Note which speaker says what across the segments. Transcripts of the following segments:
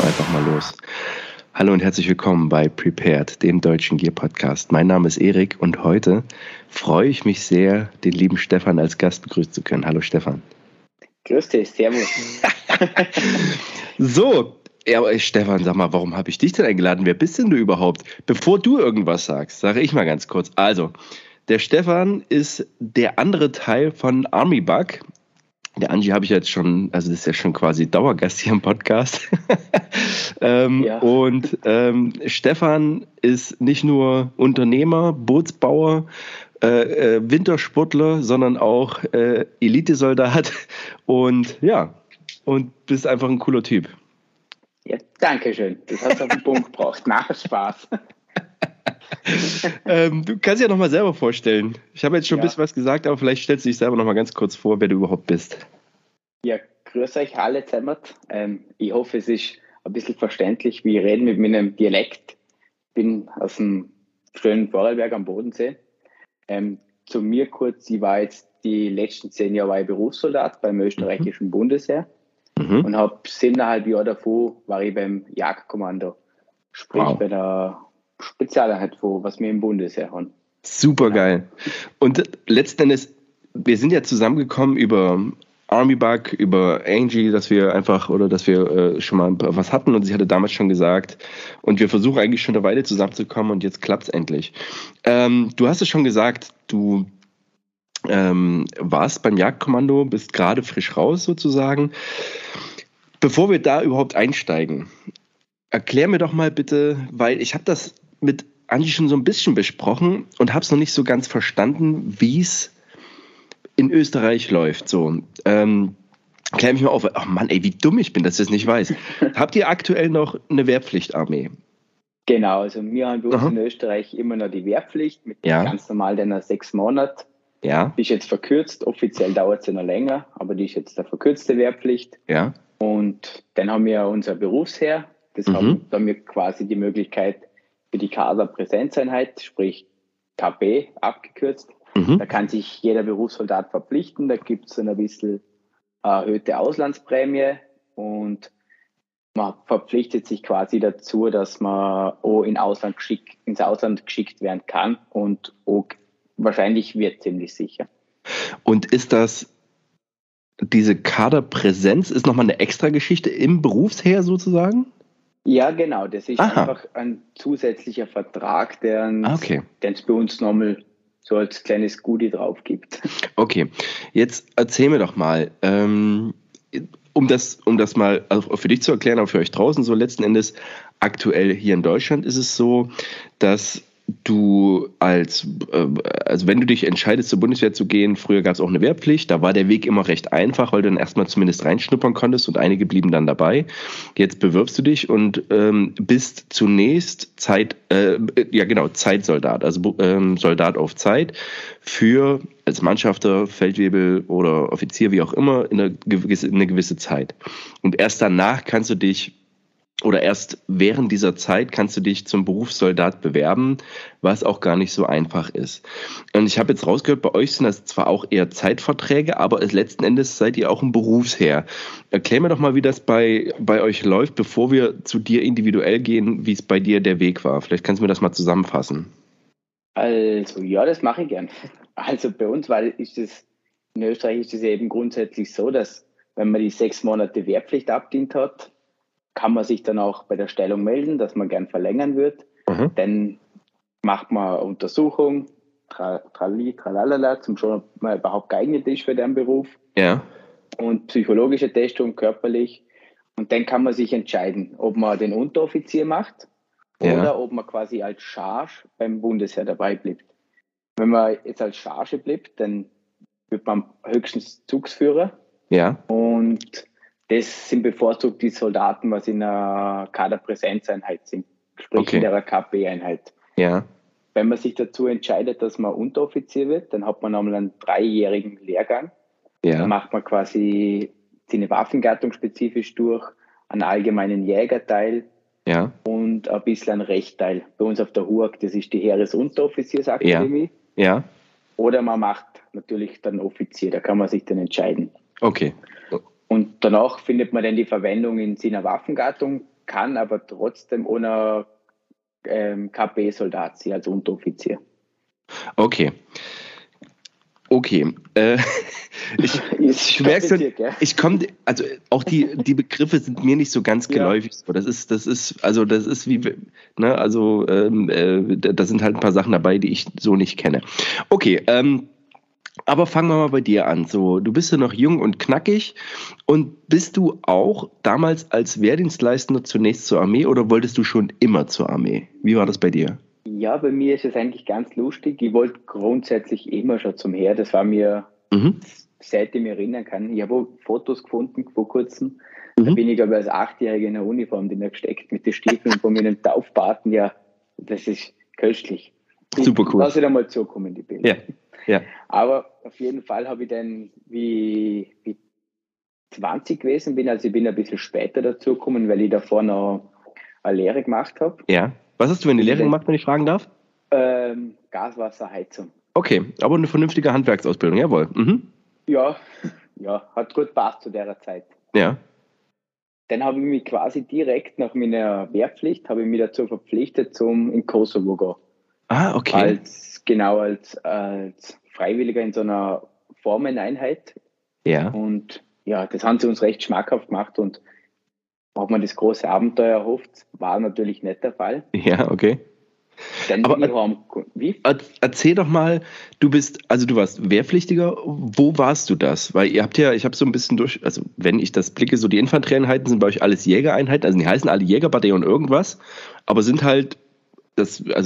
Speaker 1: einfach mal los. Hallo und herzlich willkommen bei Prepared, dem deutschen Gear-Podcast. Mein Name ist Erik und heute freue ich mich sehr, den lieben Stefan als Gast begrüßen zu können. Hallo Stefan.
Speaker 2: Grüß dich, servus.
Speaker 1: So, ja, aber Stefan, sag mal, warum habe ich dich denn eingeladen? Wer bist denn du überhaupt? Bevor du irgendwas sagst, sage ich mal ganz kurz. Also, der Stefan ist der andere Teil von Army Bug. Der Angie habe ich jetzt schon, also das ist ja schon quasi Dauergast hier im Podcast. Und Stefan ist nicht nur Unternehmer, Bootsbauer, Wintersportler, sondern auch Elitesoldat und ja, und bist einfach ein cooler Typ.
Speaker 2: Ja, danke schön. Das hast du auf den Punkt gebracht. Nach Spaß.
Speaker 1: Du kannst ja noch mal selber vorstellen. Ich habe jetzt schon ein bisschen was gesagt, aber vielleicht stellst du dich selber noch mal ganz kurz vor, wer du überhaupt bist.
Speaker 2: Ja, grüß euch alle zusammen. Ich hoffe, es ist ein bisschen verständlich, wie ich rede mit meinem Dialekt. Ich bin aus dem schönen Vorarlberg am Bodensee. Zu mir kurz, ich war jetzt die letzten 10 Jahre Berufssoldat beim österreichischen Bundesheer und habe 7,5 Jahre davor war ich beim Jagdkommando, sprich bei der Spezialeinheit, was wir im Bundesheer haben.
Speaker 1: Super geil. Und letzten Endes, wir sind ja zusammengekommen über Army Bug, über Angie, dass wir schon mal was hatten und sie hatte damals schon gesagt und wir versuchen eigentlich schon eine Weile zusammenzukommen und jetzt klappt es endlich. Du hast es schon gesagt, du warst beim Jagdkommando, bist gerade frisch raus sozusagen. Bevor wir da überhaupt einsteigen, erklär mir doch mal bitte, weil ich habe das mit Angie schon so ein bisschen besprochen und habe es noch nicht so ganz verstanden, wie es in Österreich läuft. So, klär mich mal auf. Ach Mann, ey, wie dumm ich bin, dass ich das nicht weiß. Habt ihr aktuell noch eine Wehrpflichtarmee?
Speaker 2: Genau, also wir haben bei uns in Österreich immer noch die Wehrpflicht mit ganz normal den 6 Monaten.
Speaker 1: Ja.
Speaker 2: Die ist jetzt verkürzt, offiziell dauert sie noch länger, aber die ist jetzt eine verkürzte Wehrpflicht.
Speaker 1: Ja.
Speaker 2: Und dann haben wir unser Berufsheer. Da haben wir quasi die Möglichkeit für die Kaderpräsenzeinheit, sprich KB abgekürzt. Da kann sich jeder Berufssoldat verpflichten. Da gibt es ein bisschen erhöhte Auslandsprämie und man verpflichtet sich quasi dazu, dass man auch ins Ausland geschickt werden kann und auch wahrscheinlich wird ziemlich sicher.
Speaker 1: Und ist das diese Kaderpräsenz ist nochmal eine extra Geschichte im Berufsheer sozusagen?
Speaker 2: Ja, genau. Das ist einfach ein zusätzlicher Vertrag, der es bei uns nochmal so als kleines Goodie drauf gibt.
Speaker 1: Okay, jetzt erzähl mir doch mal, um das mal also für dich zu erklären, aber für euch draußen so letzten Endes, aktuell hier in Deutschland ist es so, dass du also wenn du dich entscheidest, zur Bundeswehr zu gehen, früher gab es auch eine Wehrpflicht, da war der Weg immer recht einfach, weil du dann erstmal zumindest reinschnuppern konntest und einige blieben dann dabei. Jetzt bewirbst du dich und bist zunächst Zeitsoldat, also Soldat auf Zeit als Mannschafter, Feldwebel oder Offizier, wie auch immer, eine gewisse Zeit. Und erst danach erst während dieser Zeit kannst du dich zum Berufssoldat bewerben, was auch gar nicht so einfach ist. Und ich habe jetzt rausgehört, bei euch sind das zwar auch eher Zeitverträge, aber letzten Endes seid ihr auch ein Berufsheer. Erklär mir doch mal, wie das bei euch läuft, bevor wir zu dir individuell gehen, wie es bei dir der Weg war. Vielleicht kannst du mir das mal zusammenfassen.
Speaker 2: Also, ja, das mache ich gern. Also bei uns, in Österreich ist es eben grundsätzlich so, dass wenn man die 6 Monate Wehrpflicht abdient hat, kann man sich dann auch bei der Stellung melden, dass man gern verlängern wird. Dann macht man eine Untersuchung, tralalala, zum schon mal überhaupt geeignet ist für den Beruf.
Speaker 1: Ja.
Speaker 2: Und psychologische Testung, körperlich. Und dann kann man sich entscheiden, ob man den Unteroffizier macht oder ob man quasi als Charge beim Bundesheer dabei bleibt. Wenn man jetzt als Charge bleibt, dann wird man höchstens Zugsführer.
Speaker 1: Ja.
Speaker 2: Und das sind bevorzugt die Soldaten, was in einer Kaderpräsenzeinheit sind, sprich in der KP-Einheit.
Speaker 1: Ja.
Speaker 2: Wenn man sich dazu entscheidet, dass man Unteroffizier wird, dann hat man nochmal einen 3-jährigen Lehrgang.
Speaker 1: Ja.
Speaker 2: Da macht man quasi seine Waffengattung spezifisch durch, einen allgemeinen Jägerteil und ein bisschen einen Rechtteil. Bei uns auf der HUAG, das ist die Heeresunteroffiziersakademie.
Speaker 1: Ja.
Speaker 2: Oder man macht natürlich dann Offizier, da kann man sich dann entscheiden.
Speaker 1: Okay.
Speaker 2: Und danach findet man dann die Verwendung in seiner Waffengattung, kann aber trotzdem ohne KP-Soldat sein, also Unteroffizier.
Speaker 1: Okay. Du merkst, ich komme, also auch die Begriffe sind mir nicht so ganz geläufig. Ja. Das ist wie, ne, also da sind halt ein paar Sachen dabei, die ich so nicht kenne. Okay, aber fangen wir mal bei dir an. So, du bist ja noch jung und knackig und bist du auch damals als Wehrdienstleistender zunächst zur Armee oder wolltest du schon immer zur Armee? Wie war das bei dir?
Speaker 2: Ja, bei mir ist es eigentlich ganz lustig. Ich wollte grundsätzlich immer schon zum Heer. Das war mir, seit ich mich erinnern kann. Ich habe Fotos gefunden vor kurzem. Da bin ich aber als 8-Jähriger in der Uniform drin gesteckt mit den Stiefeln von meinem Taufpaten. Ja, das ist köstlich.
Speaker 1: Super cool.
Speaker 2: Lass ich da mal zukommen, die Bilder.
Speaker 1: Ja.
Speaker 2: Aber auf jeden Fall habe ich dann, wie 20 gewesen bin, also ich bin ein bisschen später dazu gekommen, weil ich davor noch eine Lehre gemacht habe.
Speaker 1: Ja. Was hast du für eine Lehre gemacht, wenn ich fragen darf?
Speaker 2: Gaswasserheizung.
Speaker 1: Okay, aber eine vernünftige Handwerksausbildung, jawohl.
Speaker 2: Ja, hat gut gepasst zu der Zeit.
Speaker 1: Ja.
Speaker 2: Dann habe ich mich quasi direkt nach meiner Wehrpflicht, habe ich mich dazu verpflichtet, zum in Kosovo gehen.
Speaker 1: Ah, okay.
Speaker 2: Als Freiwilliger in so einer Formeneinheit.
Speaker 1: Ja.
Speaker 2: Und ja, das haben sie uns recht schmackhaft gemacht und ob man das große Abenteuer erhofft, war natürlich nicht der Fall.
Speaker 1: Ja, okay.
Speaker 2: Dann
Speaker 1: aber
Speaker 2: wie?
Speaker 1: Erzähl doch mal, du warst Wehrpflichtiger, wo warst du das? Weil ich habe so ein bisschen also wenn ich das blicke, so die Infanterieeinheiten sind bei euch alles Jägereinheiten, also die heißen alle Jägerbataillon irgendwas, aber sind halt, die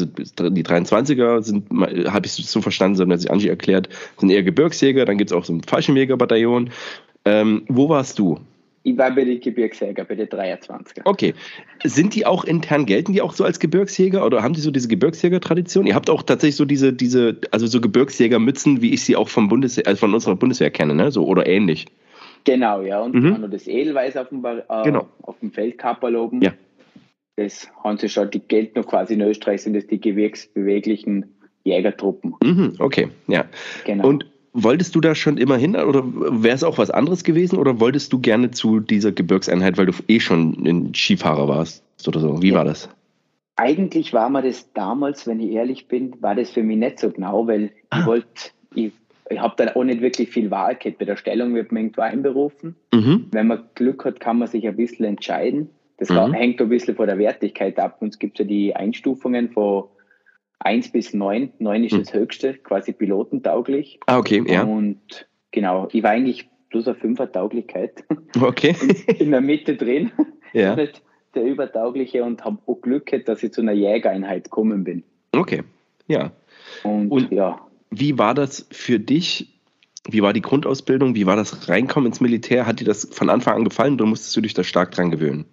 Speaker 1: 23er sind, habe ich so verstanden, so hat sich Angie erklärt, sind eher Gebirgsjäger, dann gibt es auch so ein Fallschirmjägerbataillon. Wo warst du?
Speaker 2: Ich war bei den Gebirgsjäger, bei den 23er.
Speaker 1: Okay. Gelten die auch so als Gebirgsjäger oder haben die so diese Gebirgsjäger-Tradition? Ihr habt auch tatsächlich so so Gebirgsjägermützen, wie ich sie auch von unserer Bundeswehr kenne, ne? So oder ähnlich.
Speaker 2: Genau, ja. Und wir haben noch das Edelweiß auf dem Feldkapperl oben.
Speaker 1: Ja.
Speaker 2: Das haben sie schon, die gelten noch quasi in Österreich, sind das die gebirgsbeweglichen Jägertruppen.
Speaker 1: Okay, ja.
Speaker 2: Genau.
Speaker 1: Und wolltest du da schon immer hin oder wäre es auch was anderes gewesen oder wolltest du gerne zu dieser Gebirgseinheit, weil du schon ein Skifahrer warst oder so? Wie war das?
Speaker 2: Eigentlich war mir das damals, wenn ich ehrlich bin, war das für mich nicht so genau, weil ich habe dann auch nicht wirklich viel Wahl gehabt. Bei der Stellung wird man irgendwo einberufen. Wenn man Glück hat, kann man sich ein bisschen entscheiden. Das hängt ein bisschen von der Wertigkeit ab. Uns gibt es ja die Einstufungen von 1 bis 9. 9 ist das höchste, quasi pilotentauglich.
Speaker 1: Ah, okay, ja.
Speaker 2: Und genau, ich war eigentlich plus eine 5er Tauglichkeit.
Speaker 1: Okay.
Speaker 2: in der Mitte drin.
Speaker 1: Ja.
Speaker 2: Nicht der Übertaugliche und habe auch Glück gehabt, dass ich zu einer Jägereinheit gekommen bin.
Speaker 1: Okay, ja. Und
Speaker 2: ja.
Speaker 1: Wie war das für dich? Wie war die Grundausbildung? Wie war das Reinkommen ins Militär? Hat dir das von Anfang an gefallen oder musstest du dich da stark dran gewöhnen?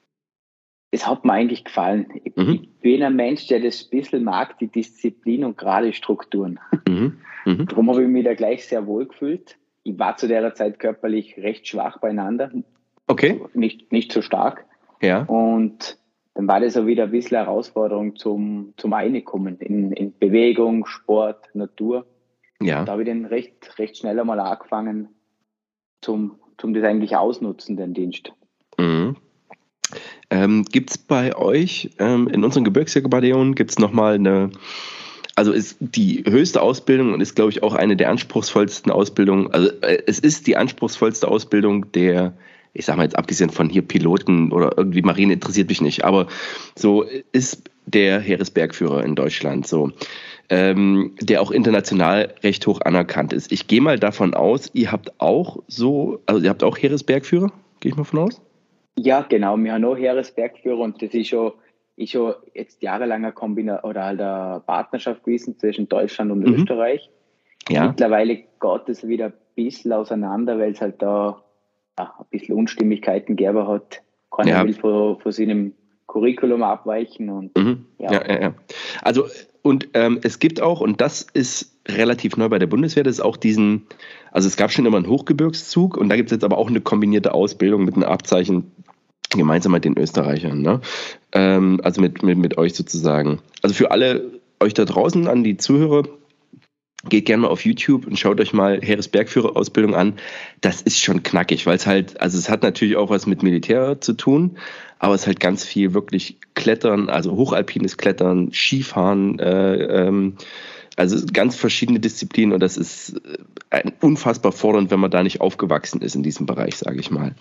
Speaker 2: Es hat mir eigentlich gefallen. Ich bin ein Mensch, der das ein bisschen mag, die Disziplin und gerade Strukturen. Darum habe ich mich da gleich sehr wohl gefühlt. Ich war zu der Zeit körperlich recht schwach beieinander.
Speaker 1: Okay.
Speaker 2: Also nicht so stark.
Speaker 1: Ja.
Speaker 2: Und dann war das auch wieder ein bisschen Herausforderung zum Reinkommen in Bewegung, Sport, Natur.
Speaker 1: Ja.
Speaker 2: Da habe ich dann recht schnell einmal angefangen, zum das eigentlich ausnutzen, den Dienst.
Speaker 1: Gibt es bei euch in unserem Gebirgsjägerbataillon nochmal ist die höchste Ausbildung und ist, glaube ich, auch eine der anspruchsvollsten Ausbildungen. Also es ist die anspruchsvollste Ausbildung der, ich sage mal jetzt abgesehen von hier Piloten oder irgendwie Marine interessiert mich nicht, aber so ist der Heeresbergführer in Deutschland so, der auch international recht hoch anerkannt ist. Ich gehe mal davon aus, ihr habt auch Heeresbergführer, gehe ich mal von aus?
Speaker 2: Ja, genau. Wir haben auch Heeresbergführer und das ist schon jetzt jahrelang eine Partnerschaft gewesen zwischen Deutschland und Österreich.
Speaker 1: Ja.
Speaker 2: Mittlerweile geht es wieder ein bisschen auseinander, weil es halt da ein bisschen Unstimmigkeiten gegeben hat. Keiner will von seinem Curriculum abweichen. Und,
Speaker 1: ja. Also, und es gibt auch, und das ist relativ neu bei der Bundeswehr, das ist auch es gab schon immer einen Hochgebirgszug und da gibt es jetzt aber auch eine kombinierte Ausbildung mit einem Abzeichen gemeinsam mit den Österreichern, ne? Also mit euch sozusagen. Also für alle euch da draußen, an die Zuhörer, geht gerne mal auf YouTube und schaut euch mal Heeresbergführerausbildung an. Das ist schon knackig, weil es halt, also es hat natürlich auch was mit Militär zu tun, aber es ist halt ganz viel wirklich Klettern, also hochalpines Klettern, Skifahren, also ganz verschiedene Disziplinen und das ist unfassbar fordernd, wenn man da nicht aufgewachsen ist in diesem Bereich, sage ich mal.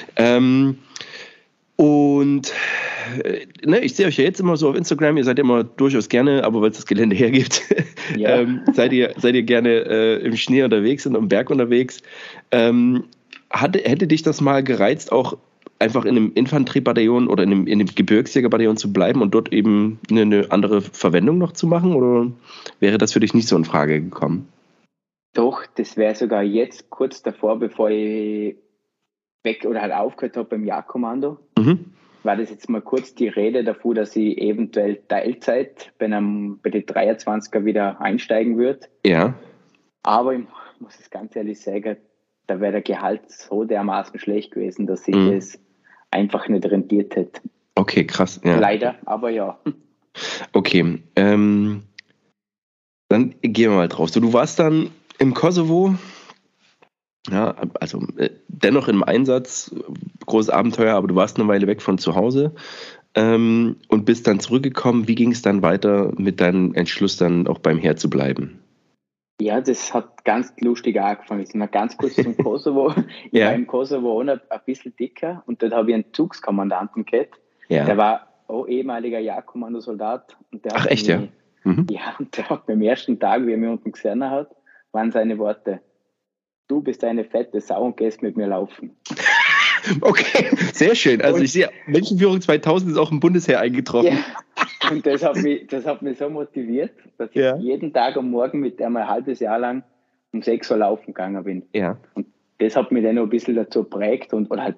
Speaker 1: Und ich sehe euch ja jetzt immer so auf Instagram, ihr seid ja immer durchaus gerne, aber weil es das Gelände hergibt, ja. seid ihr gerne im Schnee unterwegs und am Berg unterwegs. Hätte dich das mal gereizt, auch einfach in einem Infanteriebataillon oder in einem Gebirgsjägerbataillon zu bleiben und dort eben eine andere Verwendung noch zu machen? Oder wäre das für dich nicht so in Frage gekommen?
Speaker 2: Doch, das wäre sogar jetzt kurz davor, bevor ich weg oder halt aufgehört habe beim Jagdkommando. War das jetzt mal kurz die Rede davor, dass ich eventuell Teilzeit bei den 23er wieder einsteigen würde.
Speaker 1: Ja.
Speaker 2: Aber ich muss es ganz ehrlich sagen, da wäre der Gehalt so dermaßen schlecht gewesen, dass ich das einfach nicht rentiert hätte.
Speaker 1: Okay, krass. Ja.
Speaker 2: Leider, aber ja.
Speaker 1: Okay, dann gehen wir mal drauf. So, du warst dann im Kosovo, ja, also dennoch im Einsatz, großes Abenteuer, aber du warst eine Weile weg von zu Hause und bist dann zurückgekommen. Wie ging es dann weiter mit deinem Entschluss, dann auch beim Heer zu bleiben?
Speaker 2: Ja, das hat ganz lustig angefangen. Ich bin mal ganz kurz zum Kosovo. Ich war im Kosovo auch ein bisschen dicker und dort habe ich einen Zugskommandanten gehabt. Ja. Der war auch ehemaliger Jagdkommandosoldat. Und der
Speaker 1: Ach, echt, ja?
Speaker 2: Ja, und der hat beim ersten Tag, wie er mich unten gesehen hat, waren seine Worte: Du bist eine fette Sau und gehst mit mir laufen.
Speaker 1: Okay, sehr schön. Also ich sehe, Menschenführung 2000 ist auch im Bundesheer eingetroffen.
Speaker 2: Ja. Und das hat mich so motiviert, dass ich jeden Tag am Morgen mit dem ein halbes Jahr lang um 6 Uhr laufen gegangen bin.
Speaker 1: Ja.
Speaker 2: Und das hat mich dann noch ein bisschen dazu prägt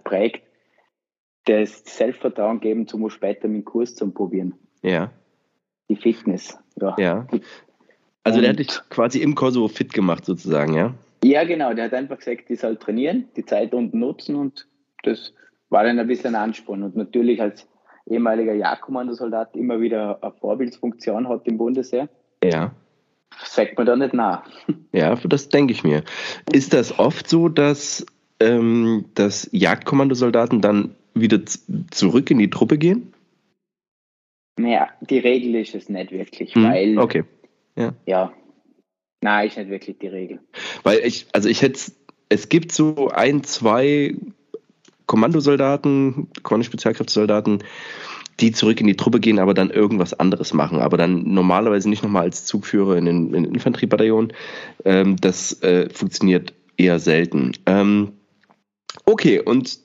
Speaker 2: das Selbstvertrauen geben, zum später meinen Kurs zu probieren.
Speaker 1: Ja.
Speaker 2: Die Fitness.
Speaker 1: Ja. Also der hat dich quasi im Kosovo fit gemacht sozusagen, ja? Ja,
Speaker 2: genau. Der hat einfach gesagt, ich soll trainieren, die Zeit unten nutzen und das war dann ein bisschen ein Ansporn. Und natürlich als ehemaliger Jagdkommandosoldat immer wieder eine Vorbildsfunktion hat im Bundesheer.
Speaker 1: Ja.
Speaker 2: Sagt man da nicht nach.
Speaker 1: Ja, das denke ich mir. Ist das oft so, dass Jagdkommandosoldaten dann wieder zurück in die Truppe gehen?
Speaker 2: Naja, die Regel ist es nicht wirklich, weil...
Speaker 1: Okay.
Speaker 2: Ja. Nein, ist nicht wirklich die Regel.
Speaker 1: Weil es gibt so 1, 2 Kommandospezialkräftesoldaten, die zurück in die Truppe gehen, aber dann irgendwas anderes machen, aber dann normalerweise nicht nochmal als Zugführer in den Infanteriebataillon. Das funktioniert eher selten. Okay, und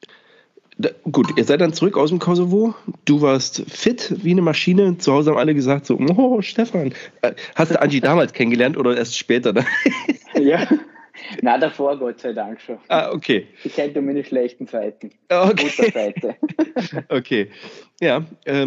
Speaker 1: gut, ihr seid dann zurück aus dem Kosovo. Du warst fit wie eine Maschine. Zu Hause haben alle gesagt so, oh, Stefan. Hast du Angie damals kennengelernt oder erst später?
Speaker 2: Ja, na davor, Gott sei Dank schon.
Speaker 1: Okay.
Speaker 2: Ich kenne meine schlechten Seiten.
Speaker 1: Okay.
Speaker 2: Gute Seite.
Speaker 1: Okay. Ja,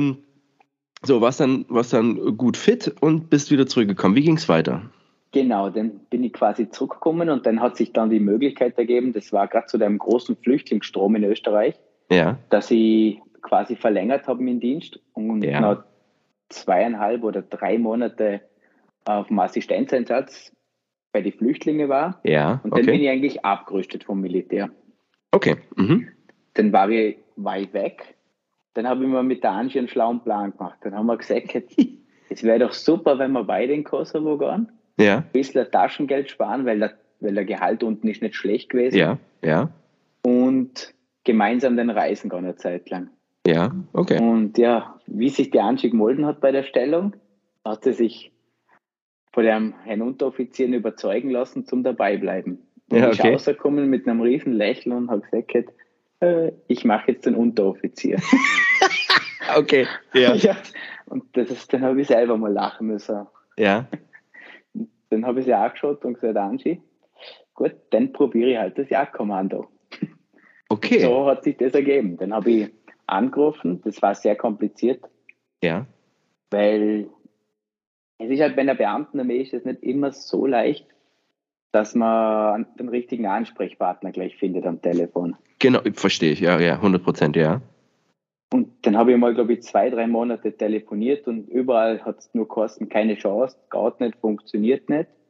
Speaker 1: so, warst dann gut fit und bist wieder zurückgekommen. Wie ging es weiter?
Speaker 2: Genau, dann bin ich quasi zurückgekommen und dann hat sich dann die Möglichkeit ergeben, das war gerade zu dem großen Flüchtlingsstrom in Österreich, dass ich quasi verlängert habe meinen Dienst und nach 2,5 oder 3 Monate auf dem Assistenzeinsatz bei den Flüchtlingen war.
Speaker 1: Ja,
Speaker 2: und dann bin ich eigentlich abgerüstet vom Militär.
Speaker 1: Okay.
Speaker 2: Dann war ich weg. Dann habe ich mir mit der Angie einen schlauen Plan gemacht. Dann haben wir gesagt, es wäre doch super, wenn wir beide in Kosovo gehen.
Speaker 1: Ja.
Speaker 2: Ein bisschen Taschengeld sparen, weil der Gehalt unten ist nicht schlecht gewesen.
Speaker 1: Ja.
Speaker 2: Und gemeinsam dann reisen gehen eine Zeit lang.
Speaker 1: Ja, okay.
Speaker 2: Und ja, wie sich die Angie gemolden hat bei der Stellung, hat sie sich von dem Herrn Unteroffizier überzeugen lassen, zum dabei bleiben. Und ich bin rausgekommen mit einem riesen Lächeln und habe gesagt, ich mache jetzt den Unteroffizier.
Speaker 1: Okay, ja.
Speaker 2: Und dann habe ich selber mal lachen müssen.
Speaker 1: Ja.
Speaker 2: Dann habe ich sie angeschaut und gesagt, Angie, gut, dann probiere ich halt das Jagdkommando.
Speaker 1: Okay.
Speaker 2: So hat sich das ergeben. Dann habe ich angerufen, das war sehr kompliziert.
Speaker 1: Ja.
Speaker 2: Weil es ist halt bei einer Beamtenarmee ist es nicht immer so leicht, dass man den richtigen Ansprechpartner gleich findet am Telefon.
Speaker 1: Genau, verstehe ich, ja, 100%, ja.
Speaker 2: Und dann habe ich mal, glaube ich, 2, 3 Monate telefoniert und überall hat es nur geheißen, keine Chance, geht nicht, funktioniert nicht.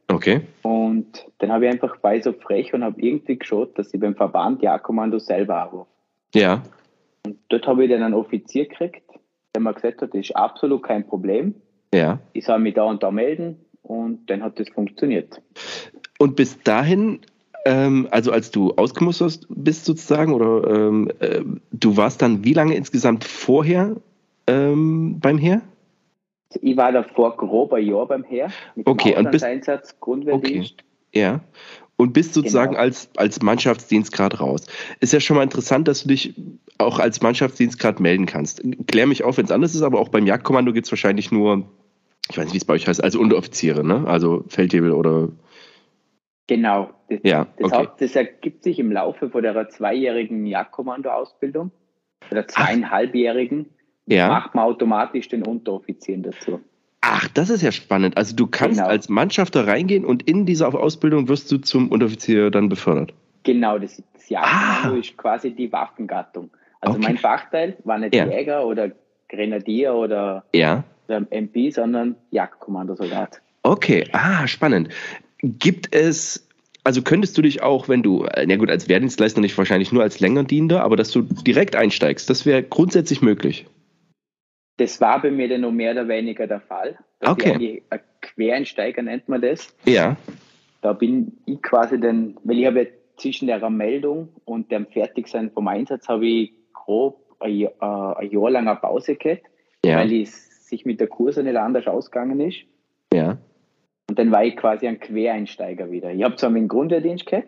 Speaker 1: Okay.
Speaker 2: Und dann habe ich einfach bei so frech und habe irgendwie geschaut, dass ich beim Verband Jagdkommando selber anrufe.
Speaker 1: Ja.
Speaker 2: Und dort habe ich dann einen Offizier gekriegt, der mir gesagt hat, das ist absolut kein Problem.
Speaker 1: Ja.
Speaker 2: Ich soll mich da und da melden und dann hat das funktioniert.
Speaker 1: Und bis dahin, also als du ausgemustert bist sozusagen, oder du warst dann wie lange insgesamt vorher beim Heer?
Speaker 2: Ich war davor grob ein Jahr beim Heer mit dem Auslandseinsatz, Grundwehrdienst.
Speaker 1: Okay. Ja. Und bist sozusagen
Speaker 2: Genau.
Speaker 1: als Mannschaftsdienstgrad raus. Ist ja schon mal interessant, dass du dich auch als Mannschaftsdienstgrad melden kannst. Klär mich auf, wenn es anders ist, aber auch beim Jagdkommando gibt es wahrscheinlich nur, ich weiß nicht, wie es bei euch heißt, also Unteroffiziere, ne? Also Feldwebel oder...
Speaker 2: Genau. Das
Speaker 1: Das
Speaker 2: ergibt sich im Laufe von der 2-jährigen Jagdkommando-Ausbildung oder 2,5-jährigen.
Speaker 1: Ja.
Speaker 2: Macht man automatisch den Unteroffizieren dazu.
Speaker 1: Ach, das ist ja spannend. Also du kannst als Mannschafter reingehen und in dieser Ausbildung wirst du zum Unteroffizier dann befördert.
Speaker 2: Genau, das Jagdkommando ist quasi die Waffengattung. Also mein Fachteil war nicht Jäger oder Grenadier oder MP, sondern Jagdkommandosoldat.
Speaker 1: Okay, spannend. Gibt es, also könntest du dich auch, wenn du, na gut, als Wehrdienstleister nicht, wahrscheinlich nur als Längerdienender, aber dass du direkt einsteigst, das wäre grundsätzlich möglich.
Speaker 2: Das war bei mir dann noch mehr oder weniger der Fall. Ein Quereinsteiger nennt man das.
Speaker 1: Ja.
Speaker 2: Da bin ich quasi dann, weil ich habe zwischen der Meldung und dem Fertigsein vom Einsatz habe ich grob ein Jahr lang eine Pause gehabt, weil es sich mit der Kurse nicht anders ausgegangen ist.
Speaker 1: Ja.
Speaker 2: Und dann war ich quasi ein Quereinsteiger wieder. Ich habe zwar meinen Grundwehrdienst gehabt,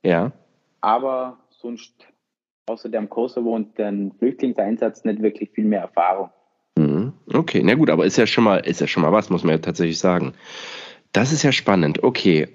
Speaker 2: aber sonst außer dem Kosovo und dem Flüchtlingseinsatz nicht wirklich viel mehr Erfahrung.
Speaker 1: Okay, na gut, aber ist ja schon mal was, muss man ja tatsächlich sagen. Das ist ja spannend. Okay.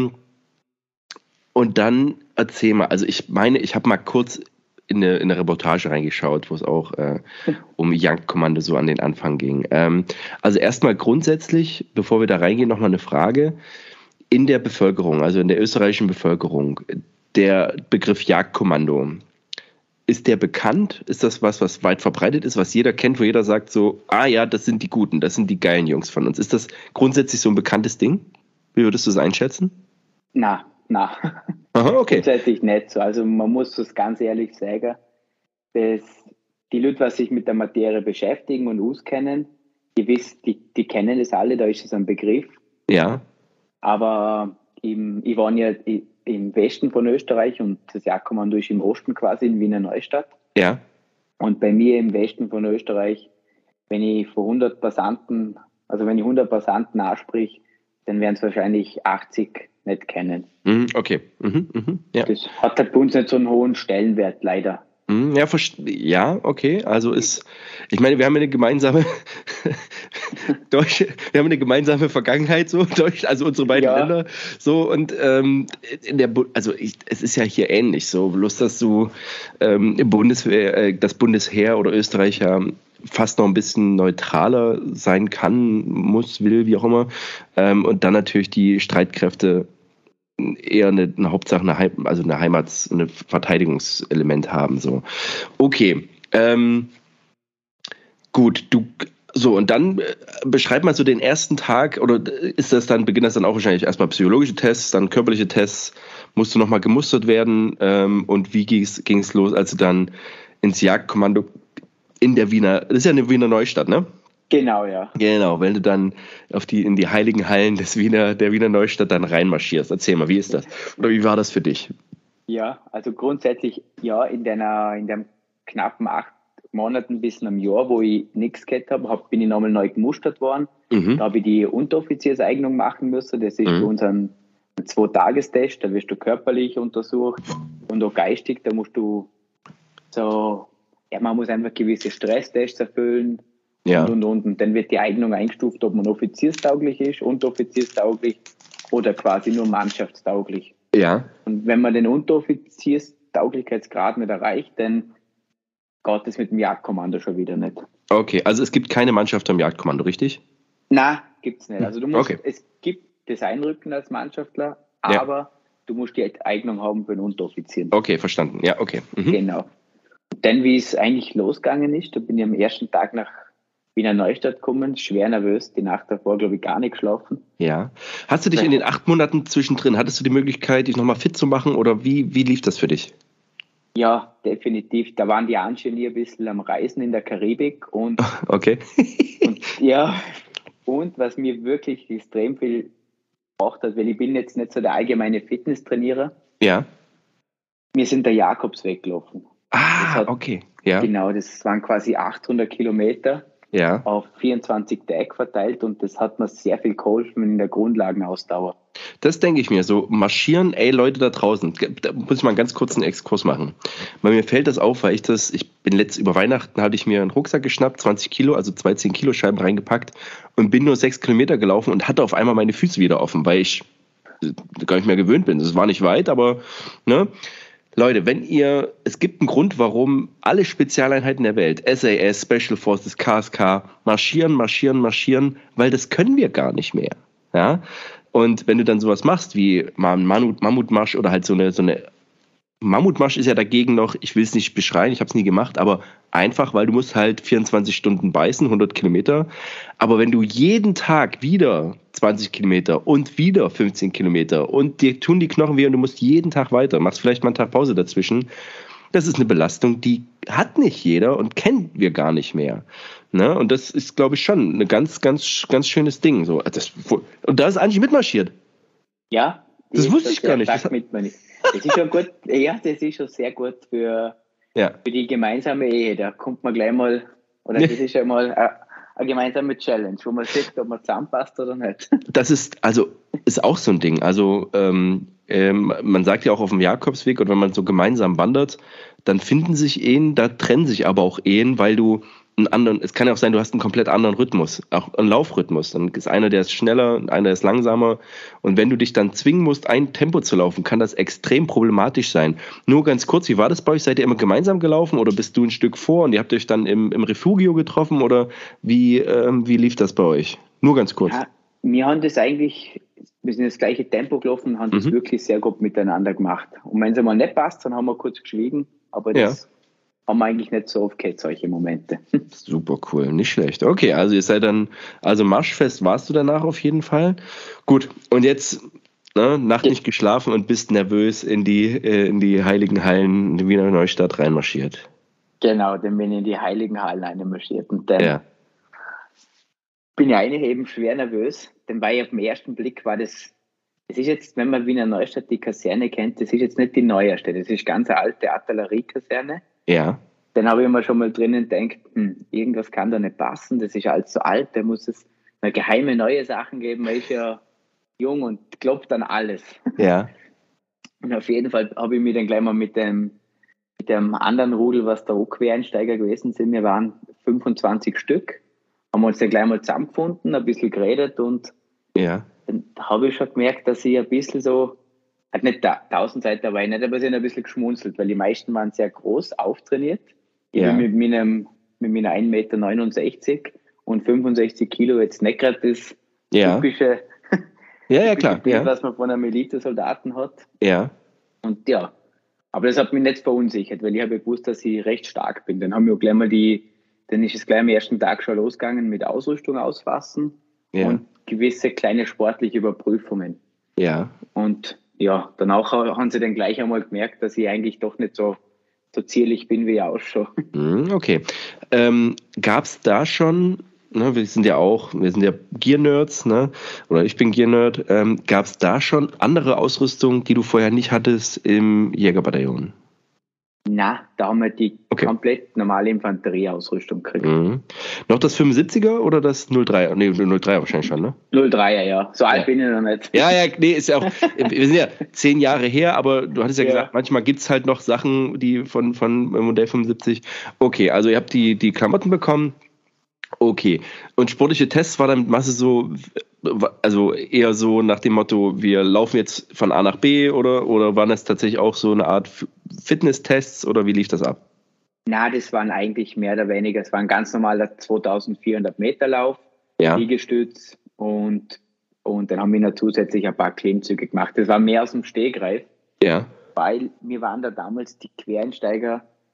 Speaker 1: Und dann erzähl mal, also ich meine, ich habe mal kurz in eine Reportage reingeschaut, wo es auch um Jagdkommando so an den Anfang ging. Also erstmal grundsätzlich, bevor wir da reingehen, nochmal eine Frage. In der Bevölkerung, also in der österreichischen Bevölkerung, der Begriff Jagdkommando, ist der bekannt? Ist das was weit verbreitet ist, was jeder kennt, wo jeder sagt so, das sind die Guten, das sind die geilen Jungs von uns. Ist das grundsätzlich so ein bekanntes Ding? Wie würdest du es einschätzen?
Speaker 2: Na.
Speaker 1: Aha, okay.
Speaker 2: Grundsätzlich nicht so. Also man muss das ganz ehrlich sagen, dass die Leute, die sich mit der Materie beschäftigen und auskennen, die kennen das alle, da ist es ein Begriff.
Speaker 1: Ja.
Speaker 2: Aber ich war ja im Westen von Österreich und das Jagdkommando ist im Osten quasi in Wiener Neustadt.
Speaker 1: Ja.
Speaker 2: Und bei mir im Westen von Österreich, wenn ich 100 Passanten ansprich, dann werden es wahrscheinlich 80 nicht kennen.
Speaker 1: Okay. Ja.
Speaker 2: Das hat halt bei uns nicht so einen hohen Stellenwert, leider.
Speaker 1: Ja, okay. Also ich meine, wir haben eine gemeinsame gemeinsame Vergangenheit, so also unsere beiden Länder, so und es ist ja hier ähnlich, so bloß dass du das Bundesheer oder Österreich ja fast noch ein bisschen neutraler sein kann, muss, will, wie auch immer, und dann natürlich die Streitkräfte eher eine Hauptsache ein Verteidigungselement haben. So. Okay. Gut, und dann beschreib mal so den ersten Tag, oder beginnt das dann auch wahrscheinlich erstmal psychologische Tests, dann körperliche Tests, musst du nochmal gemustert werden, und wie ging es los, als du dann ins Jagdkommando das ist ja eine Wiener Neustadt, ne?
Speaker 2: Genau, ja.
Speaker 1: Genau, wenn du dann in die heiligen Hallen der Wiener Neustadt dann reinmarschierst. Erzähl mal, wie ist das? Oder wie war das für dich?
Speaker 2: Ja, also grundsätzlich, in den knappen 8 Monaten bis einem Jahr, wo ich nichts gehabt habe, bin ich nochmal neu gemustert worden. Da habe ich die Unteroffizierseignung machen müssen. Das ist bei uns ein 2-Tagestest. Da wirst du körperlich untersucht und auch geistig. Da musst du man muss einfach gewisse Stresstests erfüllen. Und dann wird die Eignung eingestuft, ob man offizierstauglich ist, unteroffizierstauglich oder quasi nur mannschaftstauglich.
Speaker 1: Ja.
Speaker 2: Und wenn man den Unteroffizierstauglichkeitsgrad nicht erreicht, dann geht es mit dem Jagdkommando schon wieder nicht.
Speaker 1: Okay, also es gibt keine Mannschaft am Jagdkommando, richtig?
Speaker 2: Nein, gibt es nicht. Also es gibt das Einrücken als Mannschaftler, aber du musst die Eignung haben für den Unteroffizier.
Speaker 1: Okay, verstanden. Ja, okay.
Speaker 2: Genau. Und dann, wie es eigentlich losgegangen ist, da bin ich am ersten Tag nach Wiener Neustadt gekommen, schwer nervös, die Nacht davor, glaube ich, gar nicht geschlafen.
Speaker 1: Ja. Hast du dich in den 8 Monaten zwischendrin, hattest du die Möglichkeit, dich nochmal fit zu machen oder wie lief das für dich?
Speaker 2: Ja, definitiv. Da waren die Anschläge ein bisschen am Reisen in der Karibik und,
Speaker 1: Okay.
Speaker 2: und was mir wirklich extrem viel gebracht hat, weil ich bin jetzt nicht so der allgemeine Fitnesstrainierer.
Speaker 1: Ja.
Speaker 2: Wir sind der Jakobsweg gelaufen.
Speaker 1: Okay. Ja.
Speaker 2: Genau, das waren quasi 800 Kilometer
Speaker 1: Ja.
Speaker 2: auf 24 Tage verteilt und das hat mir sehr viel geholfen in der Grundlagenausdauer.
Speaker 1: Das denke ich mir, so marschieren, ey Leute da draußen, da muss ich mal einen ganz kurzen Exkurs machen. Weil mir fällt das auf, weil ich bin über Weihnachten hatte ich mir einen Rucksack geschnappt, 20 Kilo, also 2 10-Kilo-Scheiben reingepackt und bin nur 6 Kilometer gelaufen und hatte auf einmal meine Füße wieder offen, weil ich gar nicht mehr gewöhnt bin. Es war nicht weit, aber, ne? Leute, es gibt einen Grund, warum alle Spezialeinheiten der Welt, SAS, Special Forces, KSK, marschieren, weil das können wir gar nicht mehr. Ja? Und wenn du dann sowas machst, wie mal einen Mammutmarsch oder halt so eine Mammutmarsch ist ja dagegen noch, ich will es nicht beschreien, ich habe es nie gemacht, aber einfach, weil du musst halt 24 Stunden beißen, 100 Kilometer. Aber wenn du jeden Tag wieder 20 Kilometer und wieder 15 Kilometer und dir tun die Knochen weh und du musst jeden Tag weiter, machst vielleicht mal einen Tag Pause dazwischen, das ist eine Belastung, die hat nicht jeder und kennen wir gar nicht mehr. Ne? Und das ist, glaube ich, schon ein ganz, ganz, ganz schönes Ding. So, und da ist Angie mitmarschiert.
Speaker 2: Ja,
Speaker 1: das wusste ich gar nicht.
Speaker 2: Das ist schon gut, ja, das ist schon sehr gut für die gemeinsame Ehe. Da kommt man gleich mal, oder das ist ja mal eine gemeinsame Challenge, wo man sieht, ob man zusammenpasst oder nicht.
Speaker 1: Das ist auch so ein Ding. Also man sagt ja auch auf dem Jakobsweg oder wenn man so gemeinsam wandert, dann finden sich Ehen, da trennen sich aber auch Ehen, weil du es kann ja auch sein, du hast einen komplett anderen Rhythmus, auch einen Laufrhythmus. Dann ist einer, der ist schneller, einer ist langsamer. Und wenn du dich dann zwingen musst, ein Tempo zu laufen, kann das extrem problematisch sein. Nur ganz kurz, wie war das bei euch? Seid ihr immer gemeinsam gelaufen oder bist du ein Stück vor und ihr habt euch dann im Refugio getroffen oder wie lief das bei euch? Nur ganz kurz.
Speaker 2: Ja, wir sind das gleiche Tempo gelaufen und haben das wirklich sehr gut miteinander gemacht. Und wenn es einmal nicht passt, dann haben wir kurz geschwiegen, aber das haben wir eigentlich nicht so oft gehabt, solche Momente.
Speaker 1: Super cool, nicht schlecht. Okay, also ihr seid dann, also marschfest warst du danach auf jeden Fall. Gut, und jetzt Nacht nicht geschlafen und bist nervös in die Heiligen Hallen in Wiener Neustadt reinmarschiert.
Speaker 2: Genau, dann bin ich in die Heiligen Hallen reinmarschiert und dann bin ich eigentlich eben schwer nervös, denn weil auf den ersten Blick war das ist jetzt, wenn man Wiener Neustadt die Kaserne kennt, das ist jetzt nicht die neueste, das ist ganz eine alte Artilleriekaserne.
Speaker 1: Ja.
Speaker 2: Dann habe ich mir schon mal drinnen gedacht, irgendwas kann da nicht passen, das ist alles so alt, da muss es eine geheime neue Sachen geben, man ist ja jung und glaubt an alles.
Speaker 1: Ja.
Speaker 2: Und auf jeden Fall habe ich mich dann gleich mal mit dem anderen Rudel, was da auch Quereinsteiger gewesen sind, wir waren 25 Stück, haben uns dann gleich mal zusammengefunden, ein bisschen geredet und dann habe ich schon gemerkt, dass ich ein bisschen so, halt nicht der Seite war ich nicht, aber ich habe ein bisschen geschmunzelt, weil die meisten waren sehr groß, auftrainiert. Ich bin mit meiner 1,69 Meter und 65 Kilo jetzt nicht gerade das typische Bild, was man von einem Elite-Soldaten hat.
Speaker 1: Ja.
Speaker 2: Und aber das hat mich nicht verunsichert, weil ich habe gewusst, dass ich recht stark bin. Dann haben wir auch gleich mal dann ist es gleich am ersten Tag schon losgegangen mit Ausrüstung ausfassen und gewisse kleine sportliche Überprüfungen.
Speaker 1: Ja.
Speaker 2: Und danach haben sie dann gleich einmal gemerkt, dass ich eigentlich doch nicht so zierlich bin, wie ich ausschaue.
Speaker 1: Okay. Gab es da schon, wir sind ja Gear-Nerds, oder ich bin Gear-Nerd, gab es da schon andere Ausrüstung, die du vorher nicht hattest im Jägerbataillon?
Speaker 2: Na, da haben wir die komplett normale Infanterieausrüstung gekriegt.
Speaker 1: Noch das 75er oder das 03er? Nee, 03er wahrscheinlich schon, ne?
Speaker 2: 03er, ja. So alt bin ich noch nicht.
Speaker 1: Nee, ist ja auch, wir sind ja 10 Jahre her, aber du hattest ja gesagt, manchmal gibt es halt noch Sachen, die von Modell 75. Okay, also ihr habt die Klamotten bekommen. Okay. Und sportliche Tests war dann mit Masse so, also eher so nach dem Motto, wir laufen jetzt von A nach B oder waren das tatsächlich auch so eine Art Fitnesstests oder wie lief das ab?
Speaker 2: Na, das waren eigentlich mehr oder weniger, es war ein ganz normaler 2400 Meter Lauf, Liegestütz und dann haben wir noch zusätzlich ein paar Klimmzüge gemacht. Das war mehr aus dem Stegreif, weil wir waren da damals die Quereinsteiger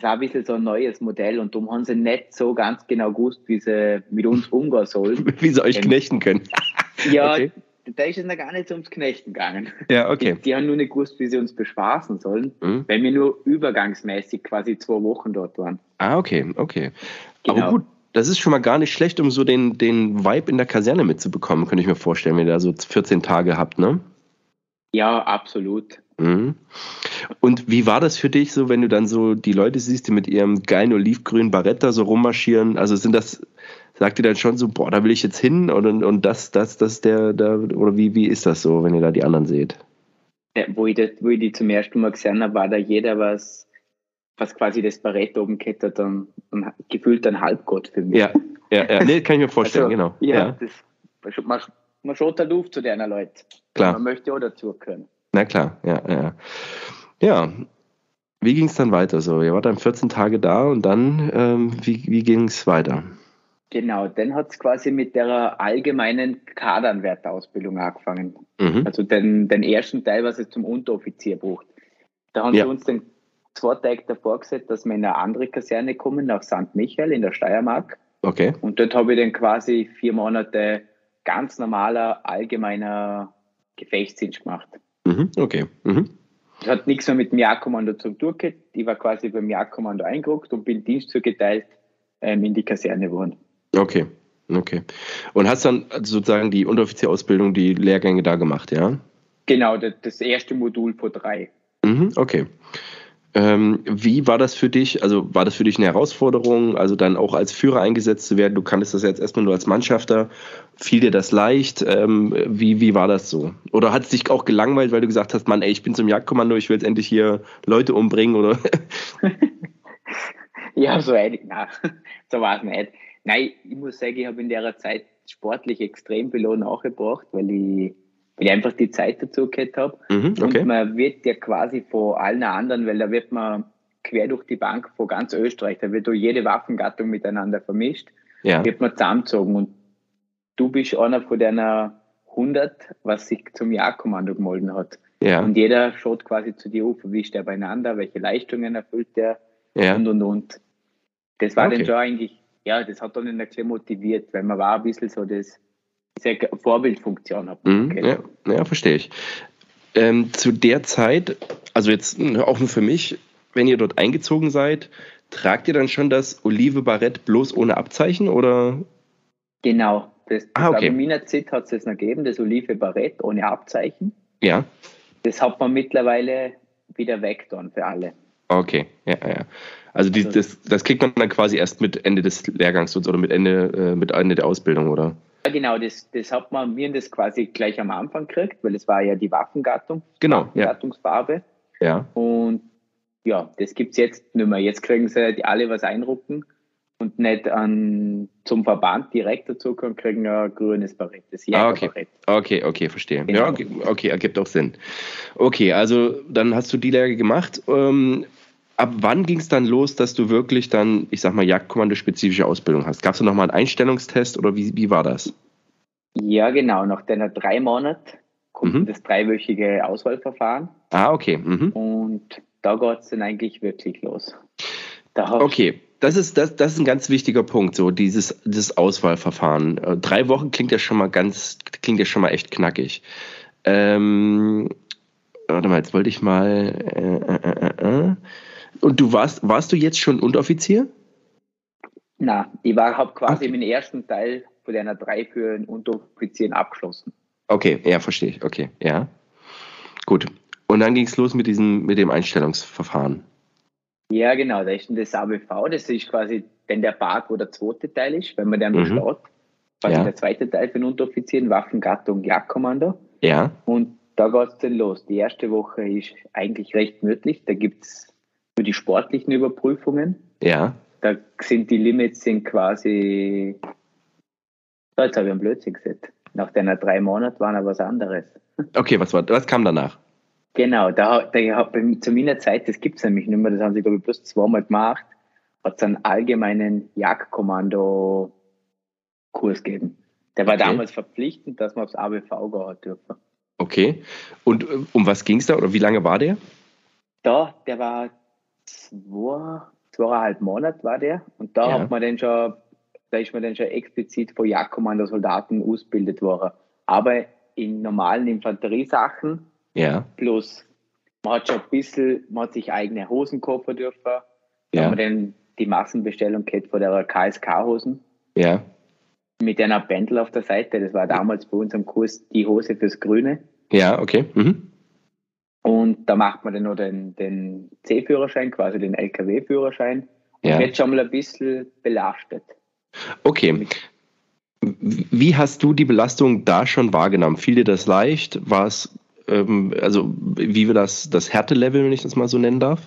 Speaker 2: war ein bisschen so ein neues Modell und darum haben sie nicht so ganz genau gewusst, wie sie mit uns umgehen sollen.
Speaker 1: Wie sie euch knechten können.
Speaker 2: Ja,
Speaker 1: okay.
Speaker 2: Da ist es noch gar nicht so ums Knechten gegangen.
Speaker 1: Ja, okay.
Speaker 2: Die haben nur nicht gewusst, wie sie uns bespaßen sollen, weil wir nur übergangsmäßig quasi 2 Wochen dort waren.
Speaker 1: Ah, okay. Genau. Aber gut, das ist schon mal gar nicht schlecht, um so den Vibe in der Kaserne mitzubekommen, könnte ich mir vorstellen, wenn ihr da so 14 Tage habt, ne?
Speaker 2: Ja, absolut.
Speaker 1: Und wie war das für dich so, wenn du dann so die Leute siehst, die mit ihrem geilen olivgrünen Barett da so rummarschieren? Also sagt ihr dann schon so, boah, da will ich jetzt hin und das ist oder wie ist das so, wenn ihr da die anderen seht?
Speaker 2: Ja, wo ich die zum ersten Mal gesehen habe, war da jeder, was quasi das Barett oben gehabt hat, dann gefühlt ein Halbgott für mich.
Speaker 1: Ja, nee, kann ich mir vorstellen,
Speaker 2: also,
Speaker 1: genau.
Speaker 2: Ja. Man schaut halt auf zu den Leuten.
Speaker 1: Klar.
Speaker 2: Man möchte auch dazu können.
Speaker 1: Na klar, ja. Ja, wie ging es dann weiter so? Ihr wart dann 14 Tage da und dann, wie ging es weiter?
Speaker 2: Genau, dann hat es quasi mit der allgemeinen Kaderanwärterausbildung angefangen. Also den ersten Teil, was es zum Unteroffizier braucht. Da haben sie uns dann 2 Tage davor gesagt, dass wir in eine andere Kaserne kommen, nach St. Michael in der Steiermark.
Speaker 1: Okay.
Speaker 2: Und dort habe ich dann quasi 4 Monate ganz normaler, allgemeiner Gefechtsdienst gemacht.
Speaker 1: Okay.
Speaker 2: Das hat nichts mehr mit dem Jagdkommando zu tun gehabt. Ich war quasi beim Jagdkommando eingerückt und bin Dienst zugeteilt in die Kaserne geworden.
Speaker 1: Okay. Und hast dann sozusagen die Unteroffizierausbildung, die Lehrgänge da gemacht, ja?
Speaker 2: Genau, das erste Modul von 3.
Speaker 1: Okay. Wie war das für dich? Also war das für dich eine Herausforderung, also dann auch als Führer eingesetzt zu werden? Du kanntest das jetzt erstmal nur als Mannschafter. Fiel dir das leicht? Wie war das so? Oder hat es dich auch gelangweilt, weil du gesagt hast, Mann, ey, ich bin zum Jagdkommando, ich will jetzt endlich hier Leute umbringen, oder?
Speaker 2: Ja, so war es nicht. Nein, ich muss sagen, ich habe in der Zeit sportlich extrem viel nachgebracht, weil ich einfach die Zeit dazu gehabt habe.
Speaker 1: Okay.
Speaker 2: Und man wird ja quasi von allen anderen, weil da wird man quer durch die Bank von ganz Österreich, da wird jede Waffengattung miteinander vermischt, wird man zusammengezogen. Und du bist einer von deiner 100, was sich zum Jagdkommando gemolden hat.
Speaker 1: Ja.
Speaker 2: Und jeder schaut quasi zu dir auf, wie ist der beieinander, welche Leistungen erfüllt der und. Das war dann schon eigentlich, das hat dann ein bisschen motiviert, weil man war ein bisschen so diese Vorbildfunktion hat.
Speaker 1: Ja, verstehe ich. Zu der Zeit, also jetzt auch nur für mich, wenn ihr dort eingezogen seid, tragt ihr dann schon das Olive Barett bloß ohne Abzeichen, oder?
Speaker 2: Genau, das
Speaker 1: okay.
Speaker 2: Bei meiner Zeit hat es das noch gegeben, das Olive Barett ohne Abzeichen.
Speaker 1: Ja.
Speaker 2: Das hat man mittlerweile wieder weg dann für alle.
Speaker 1: Okay, ja. Also das kriegt man dann quasi erst mit Ende des Lehrgangs oder mit Ende der Ausbildung, oder?
Speaker 2: Ja, genau, das hat man mir das quasi gleich am Anfang gekriegt, weil es war ja die Waffengattung, Waffengattungsfarbe.
Speaker 1: Ja.
Speaker 2: Und das gibt es jetzt nicht mehr. Jetzt kriegen sie alle was einrucken und nicht zum Verband direkt dazu kommen, kriegen ein grünes Barett, das Jägerbarett.
Speaker 1: Okay, verstehe.
Speaker 2: Genau.
Speaker 1: Ja, okay, ergibt auch Sinn. Okay, also dann hast du die Lehre gemacht. Ab wann ging es dann los, dass du wirklich dann, ich sag mal, Jagdkommando-spezifische Ausbildung hast? Gab es da nochmal einen Einstellungstest oder wie war das?
Speaker 2: Ja, genau. Nach deiner 3 Monaten kommt das 3-wöchige Auswahlverfahren.
Speaker 1: Okay.
Speaker 2: Und da geht es dann eigentlich wirklich los.
Speaker 1: Okay, das ist ein ganz wichtiger Punkt, so dieses Auswahlverfahren. 3 Wochen klingt ja schon mal echt knackig. Warte mal, jetzt wollte ich mal. Und warst du jetzt schon Unteroffizier?
Speaker 2: Nein, ich habe quasi meinen ersten Teil von einer 3 für einen Unteroffizier abgeschlossen.
Speaker 1: Okay, ja, verstehe ich. Okay, ja. Gut. Und dann ging es los mit dem Einstellungsverfahren. Ja,
Speaker 2: genau, da ist das ABV, das ist quasi dann der Part, wo der 2. Teil ist, wenn man den besteht. Quasi der 2. Teil für einen Unteroffizier, Waffengattung, Jagdkommando.
Speaker 1: Ja.
Speaker 2: Und da geht es dann los. Die erste Woche ist eigentlich recht gemütlich. Da gibt es nur die sportlichen Überprüfungen.
Speaker 1: Ja.
Speaker 2: Da sind die Limits quasi. Jetzt habe ich einen Blödsinn gesagt. Nach deiner 3 Monaten war noch was anderes.
Speaker 1: Okay, was kam danach?
Speaker 2: Genau, zu meiner Zeit, das gibt es nämlich nicht mehr, das haben sie, glaube ich, bloß 2-mal gemacht, hat es einen allgemeinen Jagdkommando-Kurs gegeben. Der war damals verpflichtend, dass man aufs ABV gehen dürfen.
Speaker 1: Okay. Und um was ging es da oder wie lange war der?
Speaker 2: Der war 2,5 Monate war der. Und da
Speaker 1: Ja.
Speaker 2: ist man dann schon explizit von Jagdkommando-Soldaten ausgebildet worden. Aber in normalen Infanteriesachen.
Speaker 1: Ja.
Speaker 2: Plus, man hat schon ein bisschen, man hat sich eigene Hosen kaufen dürfen. Da
Speaker 1: Ja.
Speaker 2: haben wir dann die Massenbestellung gehabt von der KSK-Hosen.
Speaker 1: Ja.
Speaker 2: Mit einer Bändel auf der Seite. Das war damals bei uns am Kurs die Hose fürs Grüne.
Speaker 1: Ja, okay. Mhm.
Speaker 2: Und da macht man dann noch den C-Führerschein, quasi den LKW-Führerschein. Und
Speaker 1: Ja.
Speaker 2: wird schon mal ein bisschen belastet.
Speaker 1: Okay. Wie hast du die Belastung da schon wahrgenommen? Fiel dir das leicht? War es, also wie wir das Härtelevel, wenn ich das mal so nennen darf?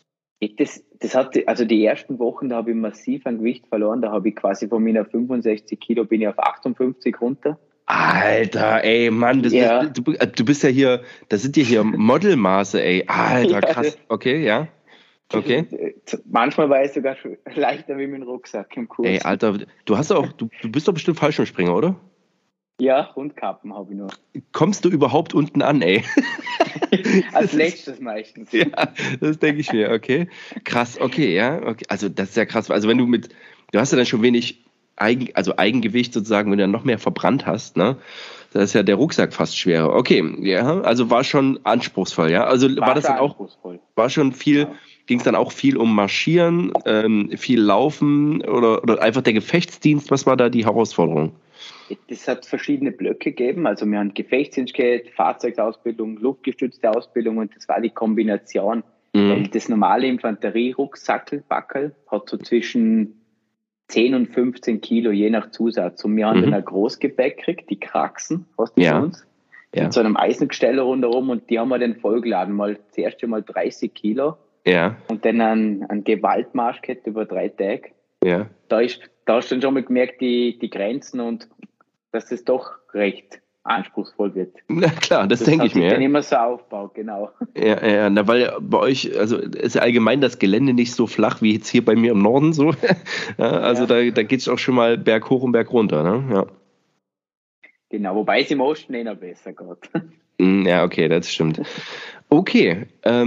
Speaker 2: Das hatte, also die ersten Wochen, da habe ich massiv an Gewicht verloren. Da habe ich quasi von meiner 65 Kilo bin ich auf 58 runter.
Speaker 1: Alter, ey, Mann, du bist ja hier, das sind ja hier Modelmaße, ey. Alter, krass. Okay, ja. Okay.
Speaker 2: Manchmal war es sogar leichter wie mit dem Rucksack im Kurs.
Speaker 1: Ey, Alter, du bist doch bestimmt Fallschirmspringer, oder?
Speaker 2: Ja, Rundkappen habe ich noch.
Speaker 1: Kommst du überhaupt unten an, ey?
Speaker 2: Als letztes meistens.
Speaker 1: Ja, das denke ich mir, okay. Krass, okay, ja. Okay. Also das ist ja krass. Also wenn du hast ja dann schon wenig Eigengewicht sozusagen, wenn du dann noch mehr verbrannt hast, ne? Da ist ja der Rucksack fast schwerer. Okay, ja, also war schon anspruchsvoll, ja. Also war das dann auch, war schon viel, ja. Ging es dann auch viel um Marschieren, viel Laufen oder einfach der Gefechtsdienst? Was war da die Herausforderung?
Speaker 2: Das hat verschiedene Blöcke gegeben. Also wir haben Gefechtsdienst gehabt, Fahrzeugsausbildung, luftgestützte Ausbildung und das war die Kombination. Weil das normale Infanterie-Rucksackel-Backel hat so zwischen 10 und 15 Kilo, je nach Zusatz. Und wir haben dann ein Großgepäck gekriegt, die Kraxen, hast du von uns, mit so einem Eisengestell rundherum und die haben wir dann vollgeladen. Zuerst einmal 30 Kilo und dann einen Gewaltmarsch gehabt über 3 Tage.
Speaker 1: Ja.
Speaker 2: Da hast du dann schon mal gemerkt, die Grenzen und dass das doch recht anspruchsvoll wird.
Speaker 1: Na klar, das denke ich mir.
Speaker 2: Das hat sich dann immer so aufgebaut, genau.
Speaker 1: Ja, weil bei euch, also ist ja allgemein das Gelände nicht so flach wie jetzt hier bei mir im Norden so. Also da geht es auch schon mal berghoch und berg runter, ne? Ja.
Speaker 2: Genau, wobei es im Osten noch besser geht.
Speaker 1: Ja, okay, das stimmt. Okay,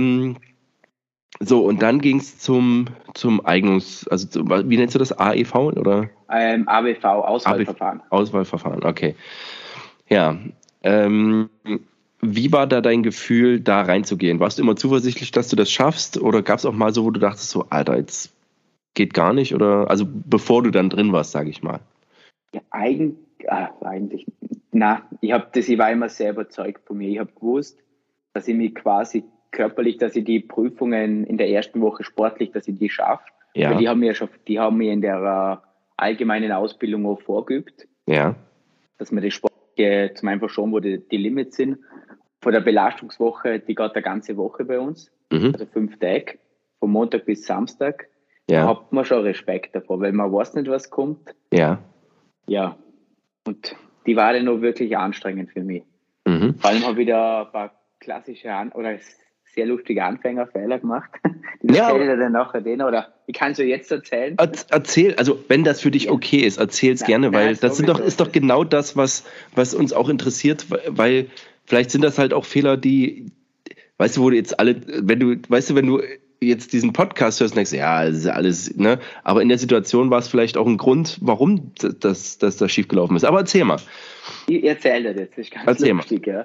Speaker 1: so, und dann ging es zum wie nennst du das? AEV oder?
Speaker 2: ABV, Auswahlverfahren.
Speaker 1: Auswahlverfahren, okay. Ja, wie war da dein Gefühl, da reinzugehen? Warst du immer zuversichtlich, dass du das schaffst? Oder gab es auch mal so, wo du dachtest so, Alter, jetzt geht gar nicht? Oder, also bevor du dann drin warst, sage ich mal.
Speaker 2: Ja, eigentlich, ich war immer sehr überzeugt von mir. Ich habe gewusst, dass ich mich quasi körperlich, dass ich die Prüfungen in der ersten Woche sportlich, dass ich die schaffe.
Speaker 1: Ja.
Speaker 2: Weil die haben mir in der allgemeinen Ausbildung auch vorgeübt.
Speaker 1: Ja.
Speaker 2: Dass wir die Sport zum einfach schauen, wo die Limits sind. Von der Belastungswoche, die geht eine ganze Woche bei uns. Also 5 Tage, von Montag bis Samstag.
Speaker 1: Ja.
Speaker 2: Da hat man schon Respekt davor, weil man weiß nicht, was kommt.
Speaker 1: Ja.
Speaker 2: Ja. Und die war dann noch wirklich anstrengend für mich. Vor allem habe ich wieder ein paar klassische oder sehr lustige Anfängerfehler gemacht. Die erzähle ich dann nachher oder ich kann es ja jetzt erzählen.
Speaker 1: Erzähl, also wenn das für dich okay ist, erzähl es gerne, weil das ist doch genau das, was uns auch interessiert, weil vielleicht sind das halt auch Fehler, die, weißt du, wo du jetzt wenn du jetzt diesen Podcast hörst und denkst, ja, das ist alles, ne, aber in der Situation war es vielleicht auch ein Grund, warum das schiefgelaufen ist. Aber erzähl mal.
Speaker 2: Ich erzähle dir das ist ganz lustig, ja.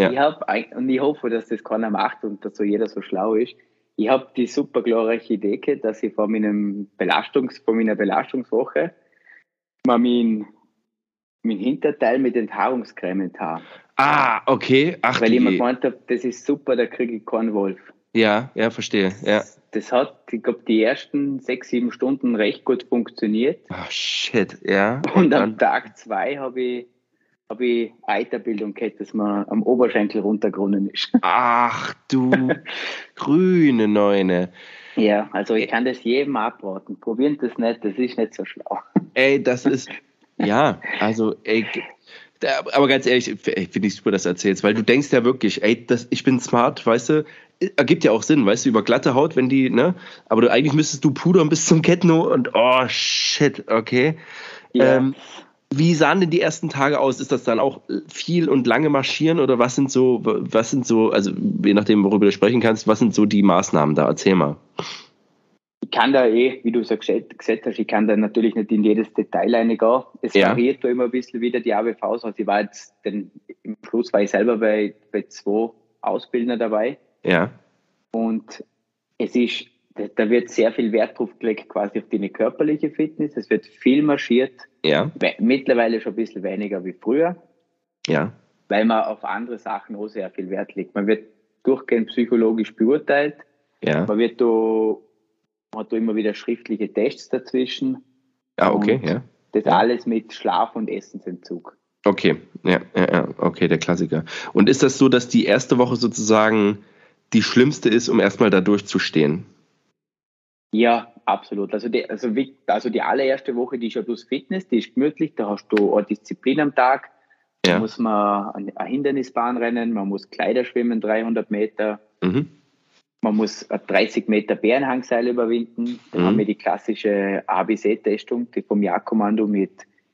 Speaker 2: Ich hoffe, dass das keiner macht und dass so jeder so schlau ist. Ich habe die super glorreiche Idee gehabt, dass ich von meiner Belastungswoche mal mein Hinterteil mit Enthaarungscreme enthaare.
Speaker 1: Ah, okay. Ach,
Speaker 2: weil ich mir gemeint habe, das ist super, da kriege ich keinen Wolf.
Speaker 1: Ja, verstehe. Ja.
Speaker 2: Das hat, ich glaube, die ersten 6-7 Stunden recht gut funktioniert.
Speaker 1: Oh, shit, ja.
Speaker 2: Und am Tag 2 habe ich Eiterbildung gehabt, dass man am Oberschenkel runtergerunnen ist.
Speaker 1: Ach du grüne Neune.
Speaker 2: Ja, also ich kann das jedem abraten. Probieren das nicht, das ist nicht so schlau.
Speaker 1: Ey, das ist, ja, also, ey, aber ganz ehrlich, finde ich super, dass du erzählst, weil du denkst ja wirklich, ey, ich bin smart, weißt du, ergibt ja auch Sinn, weißt du, über glatte Haut, wenn die, ne, aber eigentlich müsstest du pudern bis zum Ketno und, oh, shit, okay. Ja. Wie sahen denn die ersten Tage aus? Ist das dann auch viel und lange marschieren oder was sind so, also je nachdem, worüber du sprechen kannst, was sind so die Maßnahmen da? Erzähl mal.
Speaker 2: kann da wie du so gesagt hast, ich kann da natürlich nicht in jedes Detail reingehen. Es variiert da immer ein bisschen wieder die ABVs. Also ich war jetzt, im Schluss war ich selber bei 2 Ausbildner dabei.
Speaker 1: Ja.
Speaker 2: Und da wird sehr viel Wert drauf gelegt, quasi auf deine körperliche Fitness. Es wird viel marschiert.
Speaker 1: Ja.
Speaker 2: Mittlerweile schon ein bisschen weniger wie früher.
Speaker 1: Ja.
Speaker 2: Weil man auf andere Sachen auch sehr viel Wert legt. Man wird durchgehend psychologisch beurteilt.
Speaker 1: Ja.
Speaker 2: Man hat da immer wieder schriftliche Tests dazwischen.
Speaker 1: Okay, ja.
Speaker 2: Das alles mit Schlaf- und Essensentzug.
Speaker 1: Okay, ja, okay, der Klassiker. Und ist das so, dass die erste Woche sozusagen die schlimmste ist, um erstmal da durchzustehen?
Speaker 2: Ja, absolut. Also die allererste Woche, die ist ja bloß Fitness, die ist gemütlich, da hast du eine Disziplin am Tag. Da muss man eine Hindernisbahn rennen, man muss Kleider schwimmen, 300 Meter. Man muss 30 Meter Bärenhangseil überwinden. Dann haben wir die klassische ABC-Testung, die vom Jagdkommando mit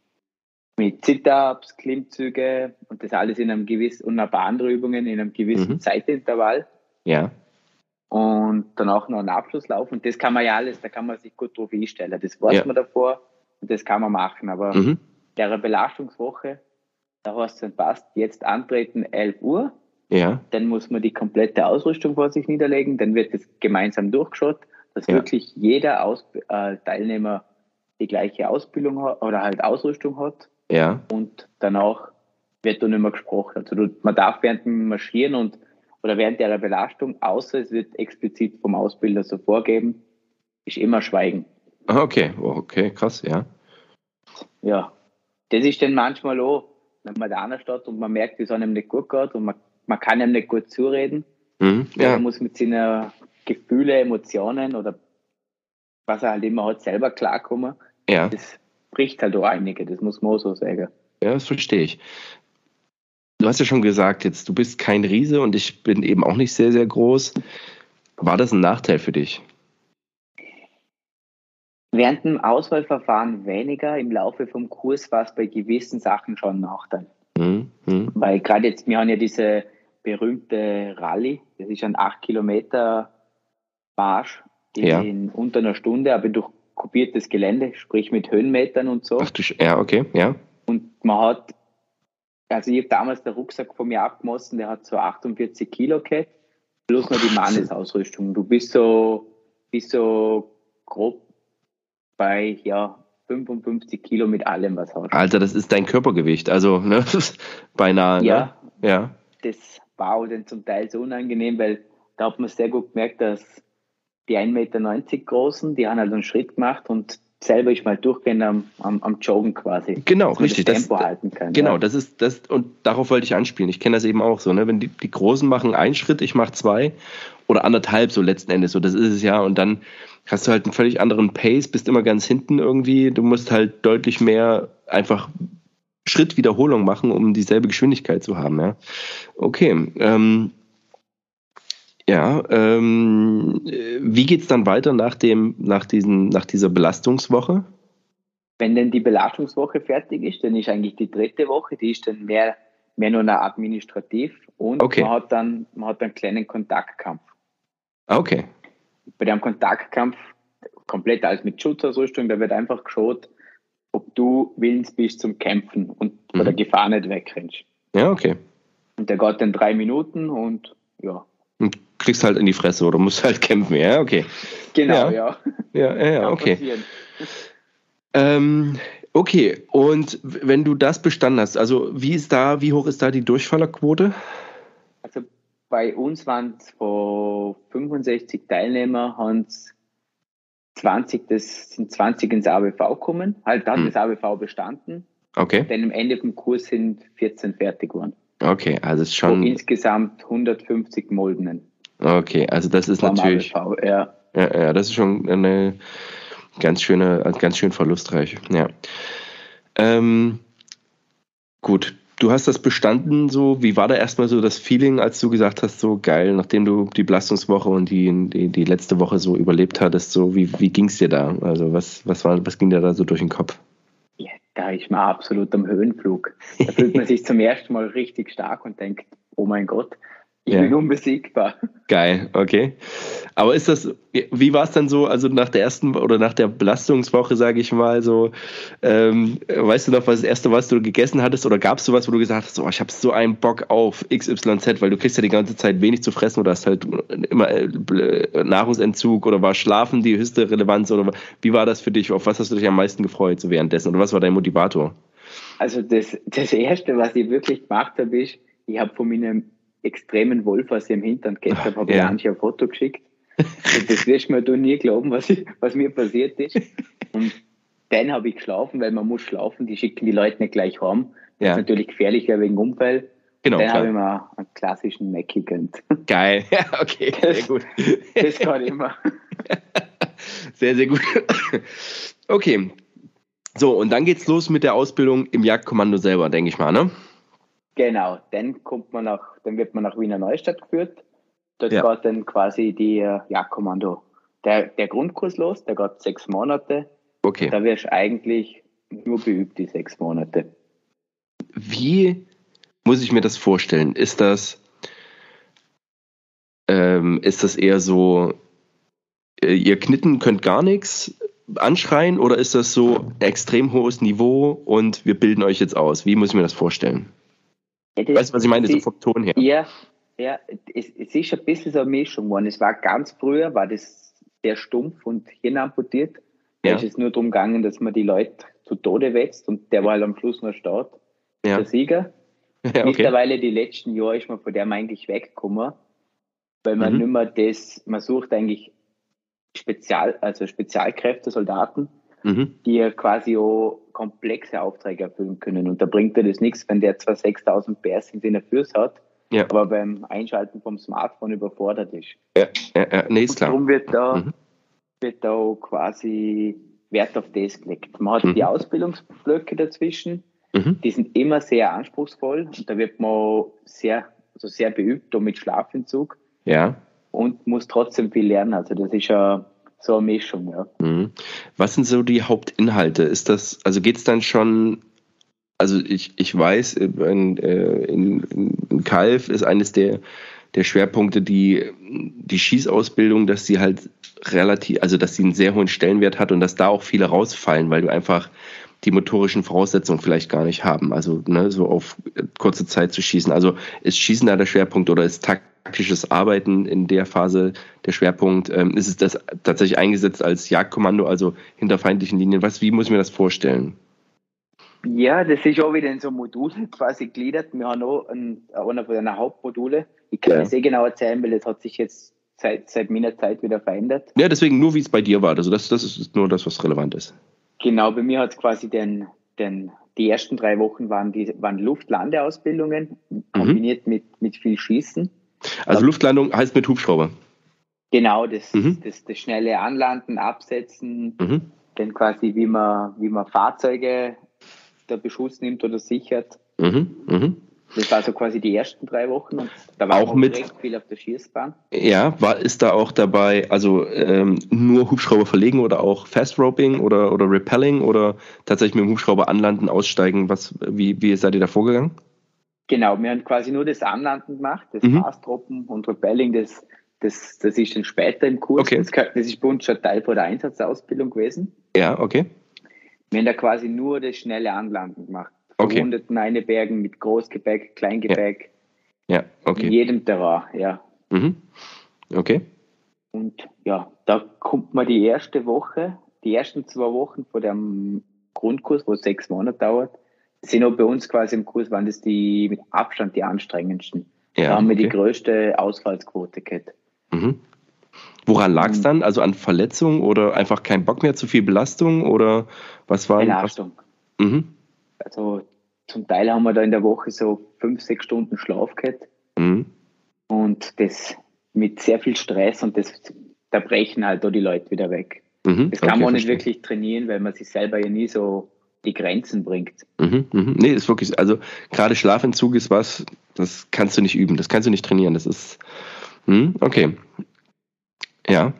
Speaker 2: Sit-Ups, Klimmzüge und das alles in einem gewissen, und ein paar andere Übungen in einem gewissen Zeitintervall.
Speaker 1: Ja.
Speaker 2: Und danach noch einen Abschlusslauf. Und das kann man ja alles, da kann man sich gut drauf einstellen. Das weiß man davor und das kann man machen. Aber der Belastungswoche, da hast du dann passt, jetzt antreten 11 Uhr.
Speaker 1: Ja.
Speaker 2: Dann muss man die komplette Ausrüstung vor sich niederlegen. Dann wird das gemeinsam durchgeschaut, dass wirklich jeder Teilnehmer die gleiche Ausbildung hat oder halt Ausrüstung hat.
Speaker 1: Ja.
Speaker 2: Und danach wird dann nicht mehr gesprochen. Also man darf während dem Marschieren oder während der Belastung, außer es wird explizit vom Ausbilder so vorgeben, ist immer Schweigen.
Speaker 1: Okay, krass, ja.
Speaker 2: Ja, das ist dann manchmal auch, wenn man da steht und man merkt, wie es einem nicht gut geht und man kann ihm nicht gut zureden. Man muss mit seinen Gefühlen, Emotionen oder was er halt immer hat, selber klarkommen.
Speaker 1: Ja.
Speaker 2: Das bricht halt auch einige, das muss man auch so sagen.
Speaker 1: Ja, das verstehe ich. Du hast ja schon gesagt, jetzt du bist kein Riese und ich bin eben auch nicht sehr, sehr groß. War das ein Nachteil für dich?
Speaker 2: Während dem Auswahlverfahren weniger, im Laufe vom Kurs war es bei gewissen Sachen schon ein Nachteil. Weil gerade jetzt, wir haben ja diese berühmte Rallye, das ist ein 8 Kilometer Marsch in unter einer Stunde, aber durch kopiertes Gelände, sprich mit Höhenmetern und so.
Speaker 1: Okay, ja.
Speaker 2: Und man hat, also ich habe damals den Rucksack von mir abgemessen, der hat so 48 Kilo gehabt, plus noch die Mannesausrüstung. Du bist so grob bei 55 Kilo mit allem, was hast.
Speaker 1: Alter, das ist dein Körpergewicht, also ne, beinahe.
Speaker 2: Ja,
Speaker 1: ne? Ja.
Speaker 2: Das war auch dann zum Teil so unangenehm, weil da hat man sehr gut gemerkt, dass die 1,90 Meter Großen, die haben halt einen Schritt gemacht und selber ist mal durchgehend am Joggen quasi.
Speaker 1: Genau, richtig.
Speaker 2: Das Tempo halten kann.
Speaker 1: Genau, das ist das, und darauf wollte ich anspielen. Ich kenne das eben auch so, ne? Wenn die Großen machen einen Schritt, ich mache 2 oder 1,5 so letzten Endes, so das ist es ja, und dann hast du halt einen völlig anderen Pace, bist immer ganz hinten irgendwie, du musst halt deutlich mehr einfach Schrittwiederholung machen, um dieselbe Geschwindigkeit zu haben, ja. Okay, wie geht's dann weiter nach dieser Belastungswoche?
Speaker 2: Wenn denn die Belastungswoche fertig ist, dann ist eigentlich die 3. Woche, die ist dann mehr nur noch administrativ und man hat dann einen kleinen Kontaktkampf.
Speaker 1: Okay.
Speaker 2: Bei dem Kontaktkampf komplett alles mit Schutzausrüstung, da wird einfach geschaut, ob du willens bist zum Kämpfen und vor der Gefahr nicht wegrennst.
Speaker 1: Ja, okay.
Speaker 2: Und der geht dann 3 Minuten und ja.
Speaker 1: Und kriegst halt in die Fresse oder musst halt kämpfen, ja, okay.
Speaker 2: Genau, ja.
Speaker 1: Ja, okay. Okay, und wenn du das bestanden hast, also wie hoch ist da die Durchfallerquote?
Speaker 2: Also bei uns waren es von 65 Teilnehmer, haben es 20 ins ABV gekommen, halt hat das ABV bestanden.
Speaker 1: Okay.
Speaker 2: Denn am Ende vom Kurs sind 14 fertig geworden.
Speaker 1: Okay, also es ist schon.
Speaker 2: Und insgesamt 150 Moldenen.
Speaker 1: Okay, also das ist natürlich.
Speaker 2: ABV, ja,
Speaker 1: das ist schon eine ganz schön verlustreich. Ja. Gut, du hast das bestanden so. Wie war da erstmal so das Feeling, als du gesagt hast, so geil, nachdem du die Belastungswoche und die letzte Woche so überlebt hattest, so wie ging es dir da? Also was ging dir da so durch den Kopf?
Speaker 2: Ja, da ist man absolut am Höhenflug. Da fühlt man sich zum ersten Mal richtig stark und denkt, oh mein Gott, Ich bin unbesiegbar.
Speaker 1: Geil, okay. Aber wie war es dann so, also nach der ersten oder nach der Belastungswoche, sage ich mal, so, weißt du noch, was das erste, was du gegessen hattest, oder gab es sowas, wo du gesagt hast, oh, ich habe so einen Bock auf XYZ, weil du kriegst ja die ganze Zeit wenig zu fressen oder hast halt immer Nahrungsentzug, oder war Schlafen die höchste Relevanz, oder wie war das für dich? Auf was hast du dich am meisten gefreut so währenddessen, oder was war dein Motivator?
Speaker 2: Also das Erste, was ich wirklich gemacht habe, ist, ich habe von meinem extremen Wolf, was ich im Hintern gehabt habe, habe ich Angie ein Foto geschickt. Und das wirst du mir nie glauben, was mir passiert ist. Und dann habe ich geschlafen, weil man muss schlafen, die schicken die Leute nicht gleich heim. Das ist natürlich gefährlicher wegen Unfall.
Speaker 1: Genau,
Speaker 2: dann habe ich mir einen klassischen Mac gegönnt.
Speaker 1: Geil, ja, okay, sehr gut.
Speaker 2: Das kann ich immer.
Speaker 1: Sehr, sehr gut. Okay. So, und dann geht's los mit der Ausbildung im Jagdkommando selber, denke ich mal, ne?
Speaker 2: Genau, dann wird man nach Wiener Neustadt geführt. Dort geht dann quasi die Jagdkommando, der Grundkurs los, der geht 6 Monate.
Speaker 1: Okay.
Speaker 2: Da wirst du eigentlich nur beübt, die 6 Monate.
Speaker 1: Wie muss ich mir das vorstellen? Ist das eher so, ihr Knitten könnt gar nichts anschreien, oder ist das so extrem hohes Niveau und wir bilden euch jetzt aus? Wie muss ich mir das vorstellen? Ja, weißt du, was ich meine, so vom Ton her?
Speaker 2: Ja, es ist ein bisschen so eine Mischung geworden. Es war ganz früher, war das sehr stumpf und hirnamputiert. Da ist es nur darum gegangen, dass man die Leute zu Tode wetzt, und der war halt am Schluss noch Start, der Sieger. Ja, okay. Mittlerweile, die letzten Jahre, ist man von dem eigentlich weggekommen, weil man nicht mehr man sucht eigentlich Spezialkräfte, Soldaten, die ja quasi auch komplexe Aufträge erfüllen können. Und da bringt er das nichts, wenn der zwar 6.000 PS in seiner Füße hat, aber beim Einschalten vom Smartphone überfordert ist.
Speaker 1: Nee, ist klar.
Speaker 2: Und darum wird da auch quasi Wert auf das gelegt. Man hat die Ausbildungsblöcke dazwischen, die sind immer sehr anspruchsvoll, und da wird man sehr beübt, auch mit Schlafentzug.
Speaker 1: Ja.
Speaker 2: Und muss trotzdem viel lernen. Also das ist ja so eine Mischung, ja.
Speaker 1: Was sind so die Hauptinhalte? Geht es dann schon, also ich weiß, in Kalf ist eines der Schwerpunkte die Schießausbildung, dass sie halt dass sie einen sehr hohen Stellenwert hat und dass da auch viele rausfallen, weil du einfach die motorischen Voraussetzungen vielleicht gar nicht haben. Also so auf kurze Zeit zu schießen. Also ist Schießen da der Schwerpunkt, oder ist taktisches Arbeiten in der Phase der Schwerpunkt? Ist es das tatsächlich eingesetzt als Jagdkommando, also hinter feindlichen Linien? Wie muss ich mir das vorstellen?
Speaker 2: Ja, das ist auch wieder in so Module quasi gliedert. Wir haben auch einer von den Hauptmodule. Ich kann es genau erzählen, weil das hat sich jetzt seit meiner Zeit wieder verändert.
Speaker 1: Ja, deswegen nur, wie es bei dir war. Also das ist nur das, was relevant ist.
Speaker 2: Genau, bei mir hat es quasi die ersten 3 Wochen waren Luft-Landeausbildungen, kombiniert mit viel Schießen.
Speaker 1: Also Luftlandung heißt mit Hubschrauber?
Speaker 2: Genau, das schnelle Anlanden, Absetzen, dann quasi wie man Fahrzeuge der Beschuss nimmt oder sichert. Das war so quasi die ersten 3 Wochen, und da war auch recht viel auf der Schießbahn. Ja,
Speaker 1: ist da auch dabei, also nur Hubschrauber verlegen oder auch Fast Roping oder Rappelling oder tatsächlich mit dem Hubschrauber anlanden, aussteigen? Wie seid ihr da vorgegangen?
Speaker 2: Genau, wir haben quasi nur das Anlanden gemacht, das Fast Droppen und Rappelling, das ist dann später im Kurs. Okay. Das ist bei uns schon Teil von der Einsatzausbildung gewesen.
Speaker 1: Ja, okay.
Speaker 2: Wir haben da quasi nur das schnelle Anlanden gemacht. Verwundeten Einbergen mit Großgepäck, Kleingepäck.
Speaker 1: Ja, okay.
Speaker 2: In jedem Terrain, ja.
Speaker 1: Okay.
Speaker 2: Und ja, da kommt man die ersten 2 Wochen vor dem Grundkurs, wo 6 Monate dauert, sind auch bei uns quasi im Kurs, waren das mit Abstand die anstrengendsten. Da haben wir die größte Ausfallsquote gehabt.
Speaker 1: Woran lag es dann? Also an Verletzungen oder einfach kein Bock mehr, zu viel Belastung, oder was war?
Speaker 2: Belastung. Also zum Teil haben wir da in der Woche so 5-6 Stunden Schlaf gehabt. Und das mit sehr viel Stress, und da brechen halt da die Leute wieder weg. Das kann man auch nicht wirklich trainieren, weil man sich selber ja nie so die Grenzen bringt.
Speaker 1: Nee, ist wirklich, also gerade Schlafentzug ist was, das kannst du nicht üben, das kannst du nicht trainieren, das ist, okay. Ja.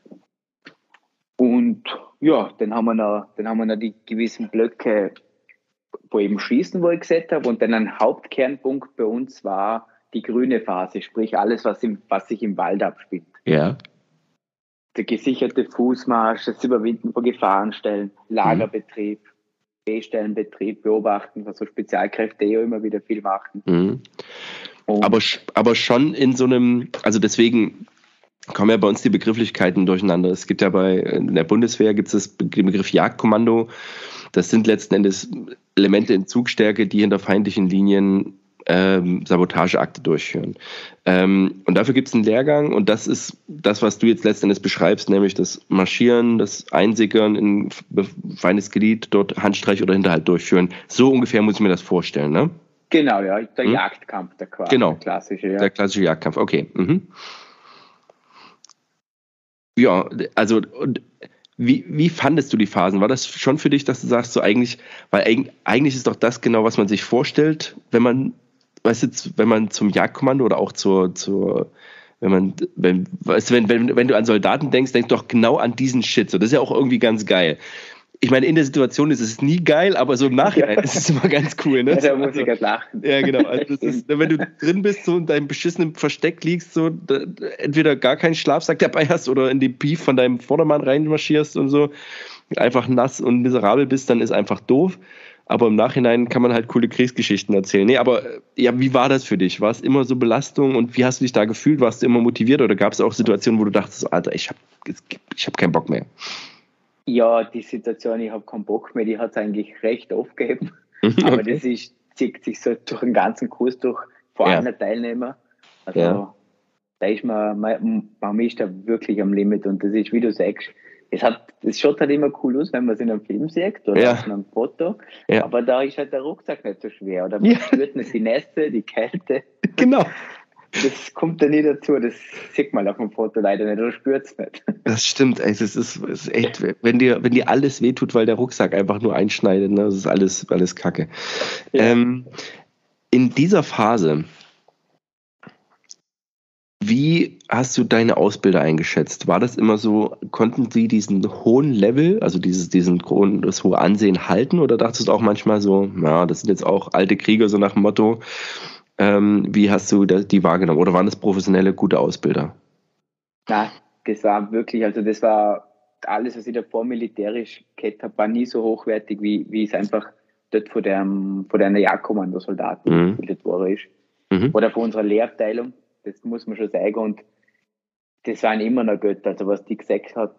Speaker 2: Und ja, dann haben wir noch die gewissen Blöcke, wo eben Schießen, wo ich gesagt habe, und dann ein Hauptkernpunkt bei uns war die grüne Phase, sprich alles, was sich im Wald abspielt.
Speaker 1: Ja.
Speaker 2: Der gesicherte Fußmarsch, das Überwinden von Gefahrenstellen, Lagerbetrieb, B-Stellenbetrieb, Beobachten, was so Spezialkräfte ja immer wieder viel machen.
Speaker 1: Mhm. Aber schon in so einem, also deswegen kommen ja bei uns die Begrifflichkeiten durcheinander. Es gibt ja in der Bundeswehr gibt es den Begriff Jagdkommando. Das sind letzten Endes Elemente in Zugstärke, die hinter feindlichen Linien Sabotageakte durchführen. Und dafür gibt es einen Lehrgang und das ist das, was du jetzt letzten Endes beschreibst, nämlich das Marschieren, das Einsickern in feines Glied, dort Handstreich oder Hinterhalt durchführen. So ungefähr muss ich mir das vorstellen, ne?
Speaker 2: Genau, ja, der Jagdkampf, der klassische. Ja.
Speaker 1: Der klassische Jagdkampf, okay. Mhm. Ja, also und wie fandest du die Phasen? War das schon für dich, dass du sagst, so eigentlich ist doch das genau, was man sich vorstellt, wenn man zum Jagdkommando oder auch wenn du an Soldaten denkst doch genau an diesen Shit. So, das ist ja auch irgendwie ganz geil. Ich meine, in der Situation ist es nie geil, aber so im Nachhinein ist es immer ganz cool, ne?
Speaker 2: Ja, da muss ich gerade lachen.
Speaker 1: Ja, genau. Also wenn du drin bist, so in deinem beschissenen Versteck liegst, so entweder gar keinen Schlafsack dabei hast oder in die Beef von deinem Vordermann reinmarschierst und so, einfach nass und miserabel bist, dann ist einfach doof. Aber im Nachhinein kann man halt coole Kriegsgeschichten erzählen. Nee, aber ja, wie war das für dich? War es immer so Belastung und wie hast du dich da gefühlt? Warst du immer motiviert oder gab es auch Situationen, wo du dachtest, so, Alter, ich hab keinen Bock mehr?
Speaker 2: Ja, die Situation, ich habe keinen Bock mehr, die hat es eigentlich recht oft gegeben.
Speaker 1: Okay.
Speaker 2: Aber das zieht sich so durch den ganzen Kurs durch, vor allen Teilnehmern. Also da ist man ist da wirklich am Limit und das ist, wie du sagst, es schaut halt immer cool aus, wenn man es in einem Film sieht oder auf einem Foto, aber da ist halt der Rucksack nicht so schwer oder man spürt nicht die Nässe, die Kälte.
Speaker 1: Genau.
Speaker 2: Das kommt da nie dazu, das sieht man auf dem Foto leider nicht oder spürt es nicht.
Speaker 1: Das stimmt, ey, das ist echt, wenn dir alles wehtut, weil der Rucksack einfach nur einschneidet, ne, das ist alles Kacke. Ja. In dieser Phase, wie hast du deine Ausbilder eingeschätzt? War das immer so, konnten sie diesen hohen Level, also das hohe Ansehen halten oder dachtest du auch manchmal so, ja, das sind jetzt auch alte Krieger, so nach dem Motto, wie hast du die wahrgenommen? Oder waren das professionelle, gute Ausbilder?
Speaker 2: Nein, das war wirklich, also das war alles, was ich davor militärisch gehabt habe, war nie so hochwertig, wie es einfach dort von der Jagdkommandosoldaten gebildet worden ist. Oder von unserer Lehrabteilung, das muss man schon sagen. Und das waren immer noch Götter. Also was die gesagt haben,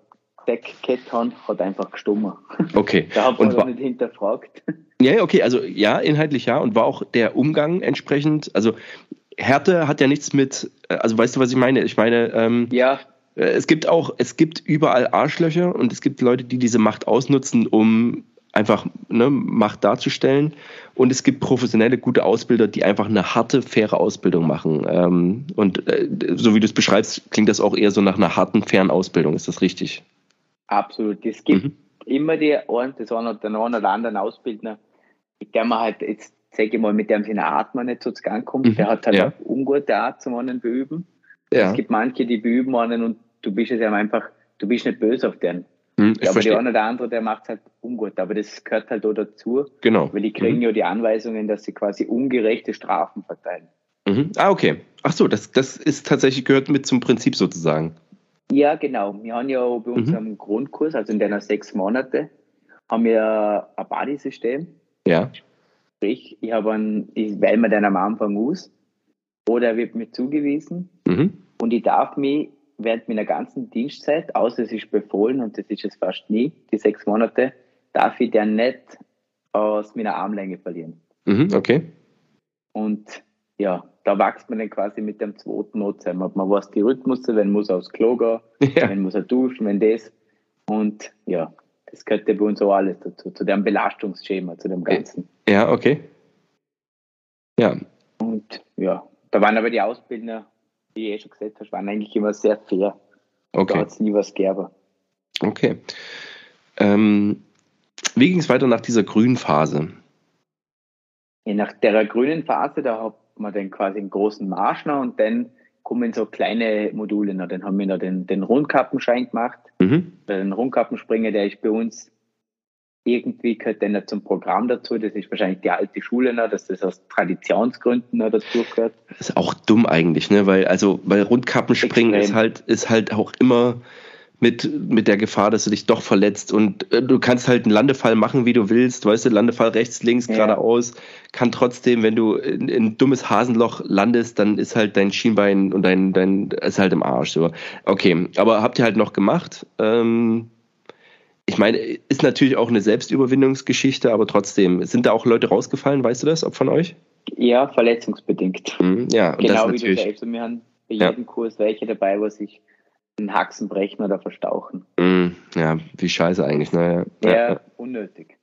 Speaker 2: hat einfach gestummt.
Speaker 1: Okay.
Speaker 2: Da hat man nicht hinterfragt.
Speaker 1: Ja, okay, also ja, inhaltlich ja. Und war auch der Umgang entsprechend, also Härte hat ja nichts mit, also weißt du, was ich meine? Ich meine, es gibt überall Arschlöcher und es gibt Leute, die diese Macht ausnutzen, um einfach Macht darzustellen. Und es gibt professionelle, gute Ausbilder, die einfach eine harte, faire Ausbildung machen. Und so wie du es beschreibst, klingt das auch eher so nach einer harten, fairen Ausbildung. Ist das richtig?
Speaker 2: Absolut. Es gibt immer den einen oder anderen Ausbildner, mit dem man halt, jetzt sage ich mal, mit dem seine Art man nicht so zu Gang kommt. Der hat halt auch ungute Art zum einen beüben. Ja. Es gibt manche, die beüben einen und du bist nicht böse auf den. Aber der eine oder andere, der macht es halt ungut. Aber das gehört halt auch dazu.
Speaker 1: Genau.
Speaker 2: Weil die kriegen ja die Anweisungen, dass sie quasi ungerechte Strafen verteilen.
Speaker 1: Ah, okay. Ach so, das ist tatsächlich gehört mit zum Prinzip sozusagen.
Speaker 2: Ja, genau. Wir haben ja bei unserem Grundkurs, also in den 6 Monate, haben wir ein Buddy-System.
Speaker 1: Ja.
Speaker 2: Sprich, ich wähle mir dann am Anfang aus oder er wird mir zugewiesen und ich darf mich während meiner ganzen Dienstzeit, außer es ist befohlen und das ist es fast nie, die 6 Monate, darf ich den nicht aus meiner Armlänge verlieren.
Speaker 1: Okay.
Speaker 2: Und ja, da wächst man dann quasi mit dem zweiten Not zusammen. Man weiß die Rhythmusse, wenn muss aufs Klo gehen, wenn muss er duschen, wenn das. Und ja, das gehört ja bei uns auch alles dazu, zu dem Belastungsschema, zu dem Ganzen.
Speaker 1: Ja, okay. Ja.
Speaker 2: Und ja, da waren aber die Ausbildner, wie ich schon gesagt habe, waren eigentlich immer sehr fair.
Speaker 1: Okay.
Speaker 2: Da hat es nie was gegeben.
Speaker 1: Okay. Wie ging es weiter nach dieser grünen Phase?
Speaker 2: Ja, nach der grünen Phase, da hat man dann quasi einen großen Marsch noch und dann kommen so kleine Module noch. Dann haben wir noch den Rundkappenschein gemacht. Den Rundkappenspringer, der ist bei uns irgendwie gehört dann zum Programm dazu. Das ist wahrscheinlich die alte Schule noch, dass das aus Traditionsgründen noch dazu gehört.
Speaker 1: Das ist auch dumm eigentlich, ne? Weil Rundkappenspringen ist halt auch immer mit der Gefahr, dass du dich doch verletzt und du kannst halt einen Landefall machen, wie du willst, weißt du, Landefall rechts, links, geradeaus, kann trotzdem, wenn du in ein dummes Hasenloch landest, dann ist halt dein Schienbein und dein ist halt im Arsch, so. Okay, aber habt ihr halt noch gemacht? Ich meine, ist natürlich auch eine Selbstüberwindungsgeschichte, aber trotzdem, sind da auch Leute rausgefallen, weißt du das, ob von euch?
Speaker 2: Ja, verletzungsbedingt.
Speaker 1: Ja, und
Speaker 2: genau
Speaker 1: das
Speaker 2: wie
Speaker 1: natürlich,
Speaker 2: du selbst. Und wir haben bei jedem Kurs welche dabei, wo sich den Haxen brechen oder verstauchen.
Speaker 1: Ja, wie scheiße eigentlich. Ne?
Speaker 2: Ja, unnötig.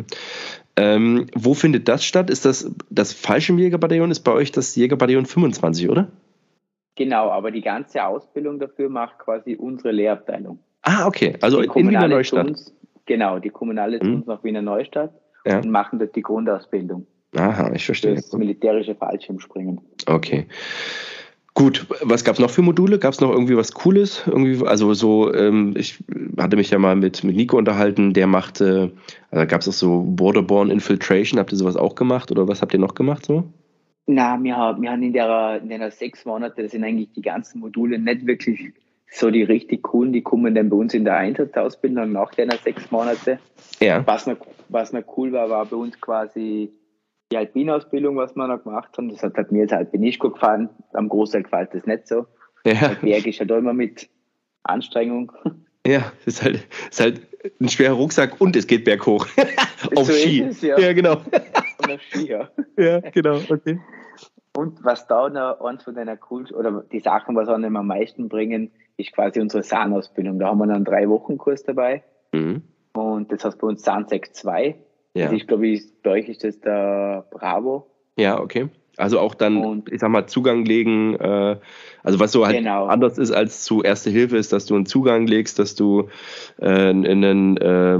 Speaker 1: Wo findet das statt? Ist das Fallschirmjägerbataillon? Ist bei euch das Jägerbataillon 25, oder?
Speaker 2: Genau, aber die ganze Ausbildung dafür macht quasi unsere Lehrabteilung.
Speaker 1: Ah, okay. Also in Wiener Neustadt.
Speaker 2: Genau, die Kommunale zu uns nach Wiener Neustadt und machen dort die Grundausbildung.
Speaker 1: Aha, ich verstehe.
Speaker 2: Das militärische Fallschirmspringen.
Speaker 1: Okay. Gut, was gab es noch für Module? Gab es noch irgendwie was Cooles? Ich hatte mich ja mal mit Nico unterhalten, der machte, da gab es auch so Waterborne Infiltration, habt ihr sowas auch gemacht oder was habt ihr noch gemacht so?
Speaker 2: Na, wir haben in der 6 Monate, das sind eigentlich die ganzen Module nicht wirklich so die richtig coolen, die kommen dann bei uns in der Einsatzausbildung nach den 6 Monate.
Speaker 1: Ja.
Speaker 2: Was noch cool war bei uns quasi die Alpinausbildung, was wir noch gemacht haben. Das hat mir als Alpinist gut gefallen. Am Großteil gefällt das nicht so.
Speaker 1: Ja.
Speaker 2: Der Berg ist halt immer mit Anstrengung.
Speaker 1: Ja, ist halt ein schwerer Rucksack und es geht berghoch. Auf so Ski.
Speaker 2: Ist es, ja.
Speaker 1: Ja, genau.
Speaker 2: Und auf Ski, ja.
Speaker 1: Ja, genau, okay.
Speaker 2: Und was da noch eins von deiner coolsten, oder die Sachen, was auch am meisten bringen, ist quasi unsere SAN-Ausbildung. Da haben wir einen 3-Wochen-Kurs dabei. Und das heißt bei uns SANSEC 2. Ja. Das ist, glaube ich, bei euch ist das der Bravo.
Speaker 1: Ja, okay. Also auch dann, ich sag mal, Zugang legen, also was so halt anders ist als zu Erste Hilfe ist, dass du einen Zugang legst, dass du in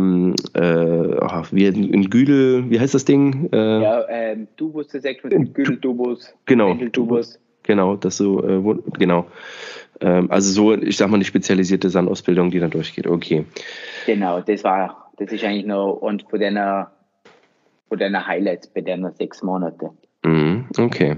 Speaker 1: Güdel, wie heißt das Ding?
Speaker 2: Tubus, Güdel-Tubus,
Speaker 1: genau, genau, dass du, genau. Also so, ich sag mal, eine spezialisierte SAN-Ausbildung, die dann durchgeht, okay.
Speaker 2: Genau, das ist eigentlich noch und von deiner Highlights bei deiner 6 Monate.
Speaker 1: Okay.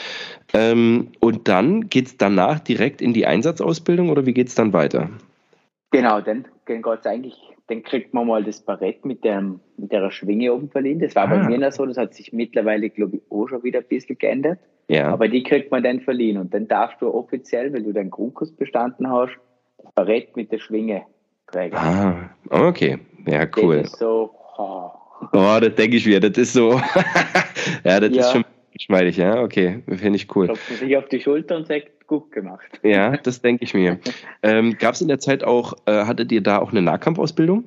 Speaker 1: Und dann geht es danach direkt in die Einsatzausbildung oder wie geht es dann weiter?
Speaker 2: Genau, dann kriegt man mal das Barett mit der Schwinge oben verliehen. Das war bei mir noch so, das hat sich mittlerweile, glaube ich, auch schon wieder ein bisschen geändert.
Speaker 1: Ja.
Speaker 2: Aber die kriegt man dann verliehen und dann darfst du offiziell, weil du deinen Grundkurs bestanden hast, das Barett mit der Schwinge tragen.
Speaker 1: Ah, okay. Ja, cool.
Speaker 2: Das ist so,
Speaker 1: das denke ich mir, das ist so, ja, das ist schon geschmeidig, ja, okay, finde ich cool.
Speaker 2: Klopft man sich auf die Schulter und sagt, gut gemacht.
Speaker 1: Ja, das denke ich mir. Gab es in der Zeit auch, hattet ihr da auch eine Nahkampfausbildung?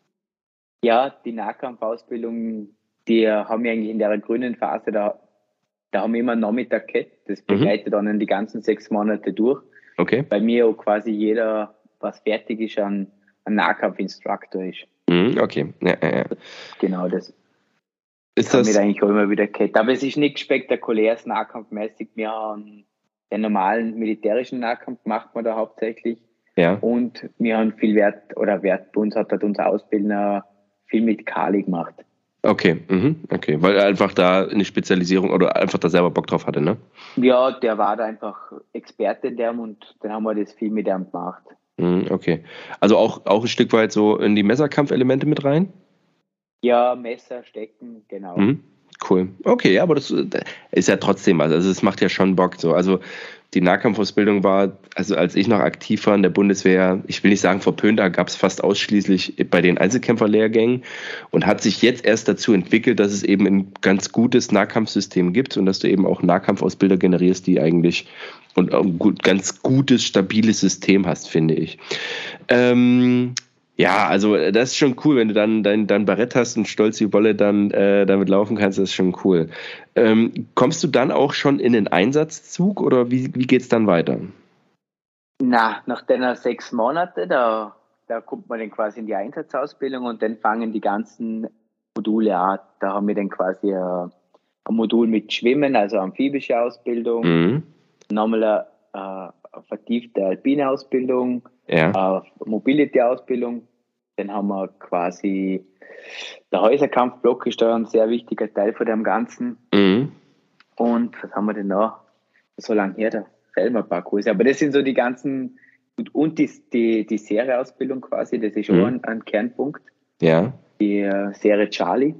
Speaker 2: Ja, die Nahkampfausbildung, die haben wir eigentlich in der grünen Phase, da haben wir immer einen Nachmittag gehabt, das begleitet dann die ganzen 6 Monate durch.
Speaker 1: Okay.
Speaker 2: Bei mir auch quasi jeder, was fertig ist, ein Nahkampfinstruktor ist.
Speaker 1: Okay, ja.
Speaker 2: Genau, das
Speaker 1: ist
Speaker 2: haben wir eigentlich auch immer wieder gehabt. Aber es ist nichts Spektakuläres nahkampfmäßig. Wir haben den normalen militärischen Nahkampf macht man da hauptsächlich.
Speaker 1: Ja.
Speaker 2: Und wir haben viel Wert, bei uns hat unser Ausbildner viel mit Kali gemacht.
Speaker 1: Okay, okay, weil er einfach da eine Spezialisierung oder einfach da selber Bock drauf hatte, ne?
Speaker 2: Ja, der war da einfach Experte in dem und dann haben wir das viel mit ihm gemacht.
Speaker 1: Okay, also auch ein Stück weit so in die Messerkampfelemente mit rein?
Speaker 2: Ja, Messer, Stecken, genau.
Speaker 1: Cool. Okay, aber das ist ja trotzdem was. Also es macht ja schon Bock so. Also die Nahkampfausbildung war, also als ich noch aktiv war in der Bundeswehr, ich will nicht sagen verpönt, da gab es fast ausschließlich bei den Einzelkämpferlehrgängen und hat sich jetzt erst dazu entwickelt, dass es eben ein ganz gutes Nahkampfsystem gibt und dass du eben auch Nahkampfausbilder generierst, die eigentlich und ein ganz gutes, stabiles System hast, finde ich. Ja, also das ist schon cool, wenn du dann dein Barett hast und stolz wie Bolle dann damit laufen kannst, das ist schon cool. Kommst du dann auch schon in den Einsatzzug oder wie geht's dann weiter?
Speaker 2: Nach den 6 Monaten, da kommt man dann quasi in die Einsatzausbildung und dann fangen die ganzen Module an. Da haben wir dann quasi ein Modul mit Schwimmen, also amphibische Ausbildung, nochmal eine vertiefte alpine Ausbildung, Mobility-Ausbildung. Dann haben wir quasi, der Häuserkampfblock ist da ein sehr wichtiger Teil von dem Ganzen.
Speaker 1: Mhm.
Speaker 2: Und was haben wir denn noch? So lange her, der fällt mir ein paar Kurse. Aber das sind so die ganzen, und die Serieausbildung quasi, das ist auch ein Kernpunkt.
Speaker 1: Ja.
Speaker 2: Die Serie Charlie.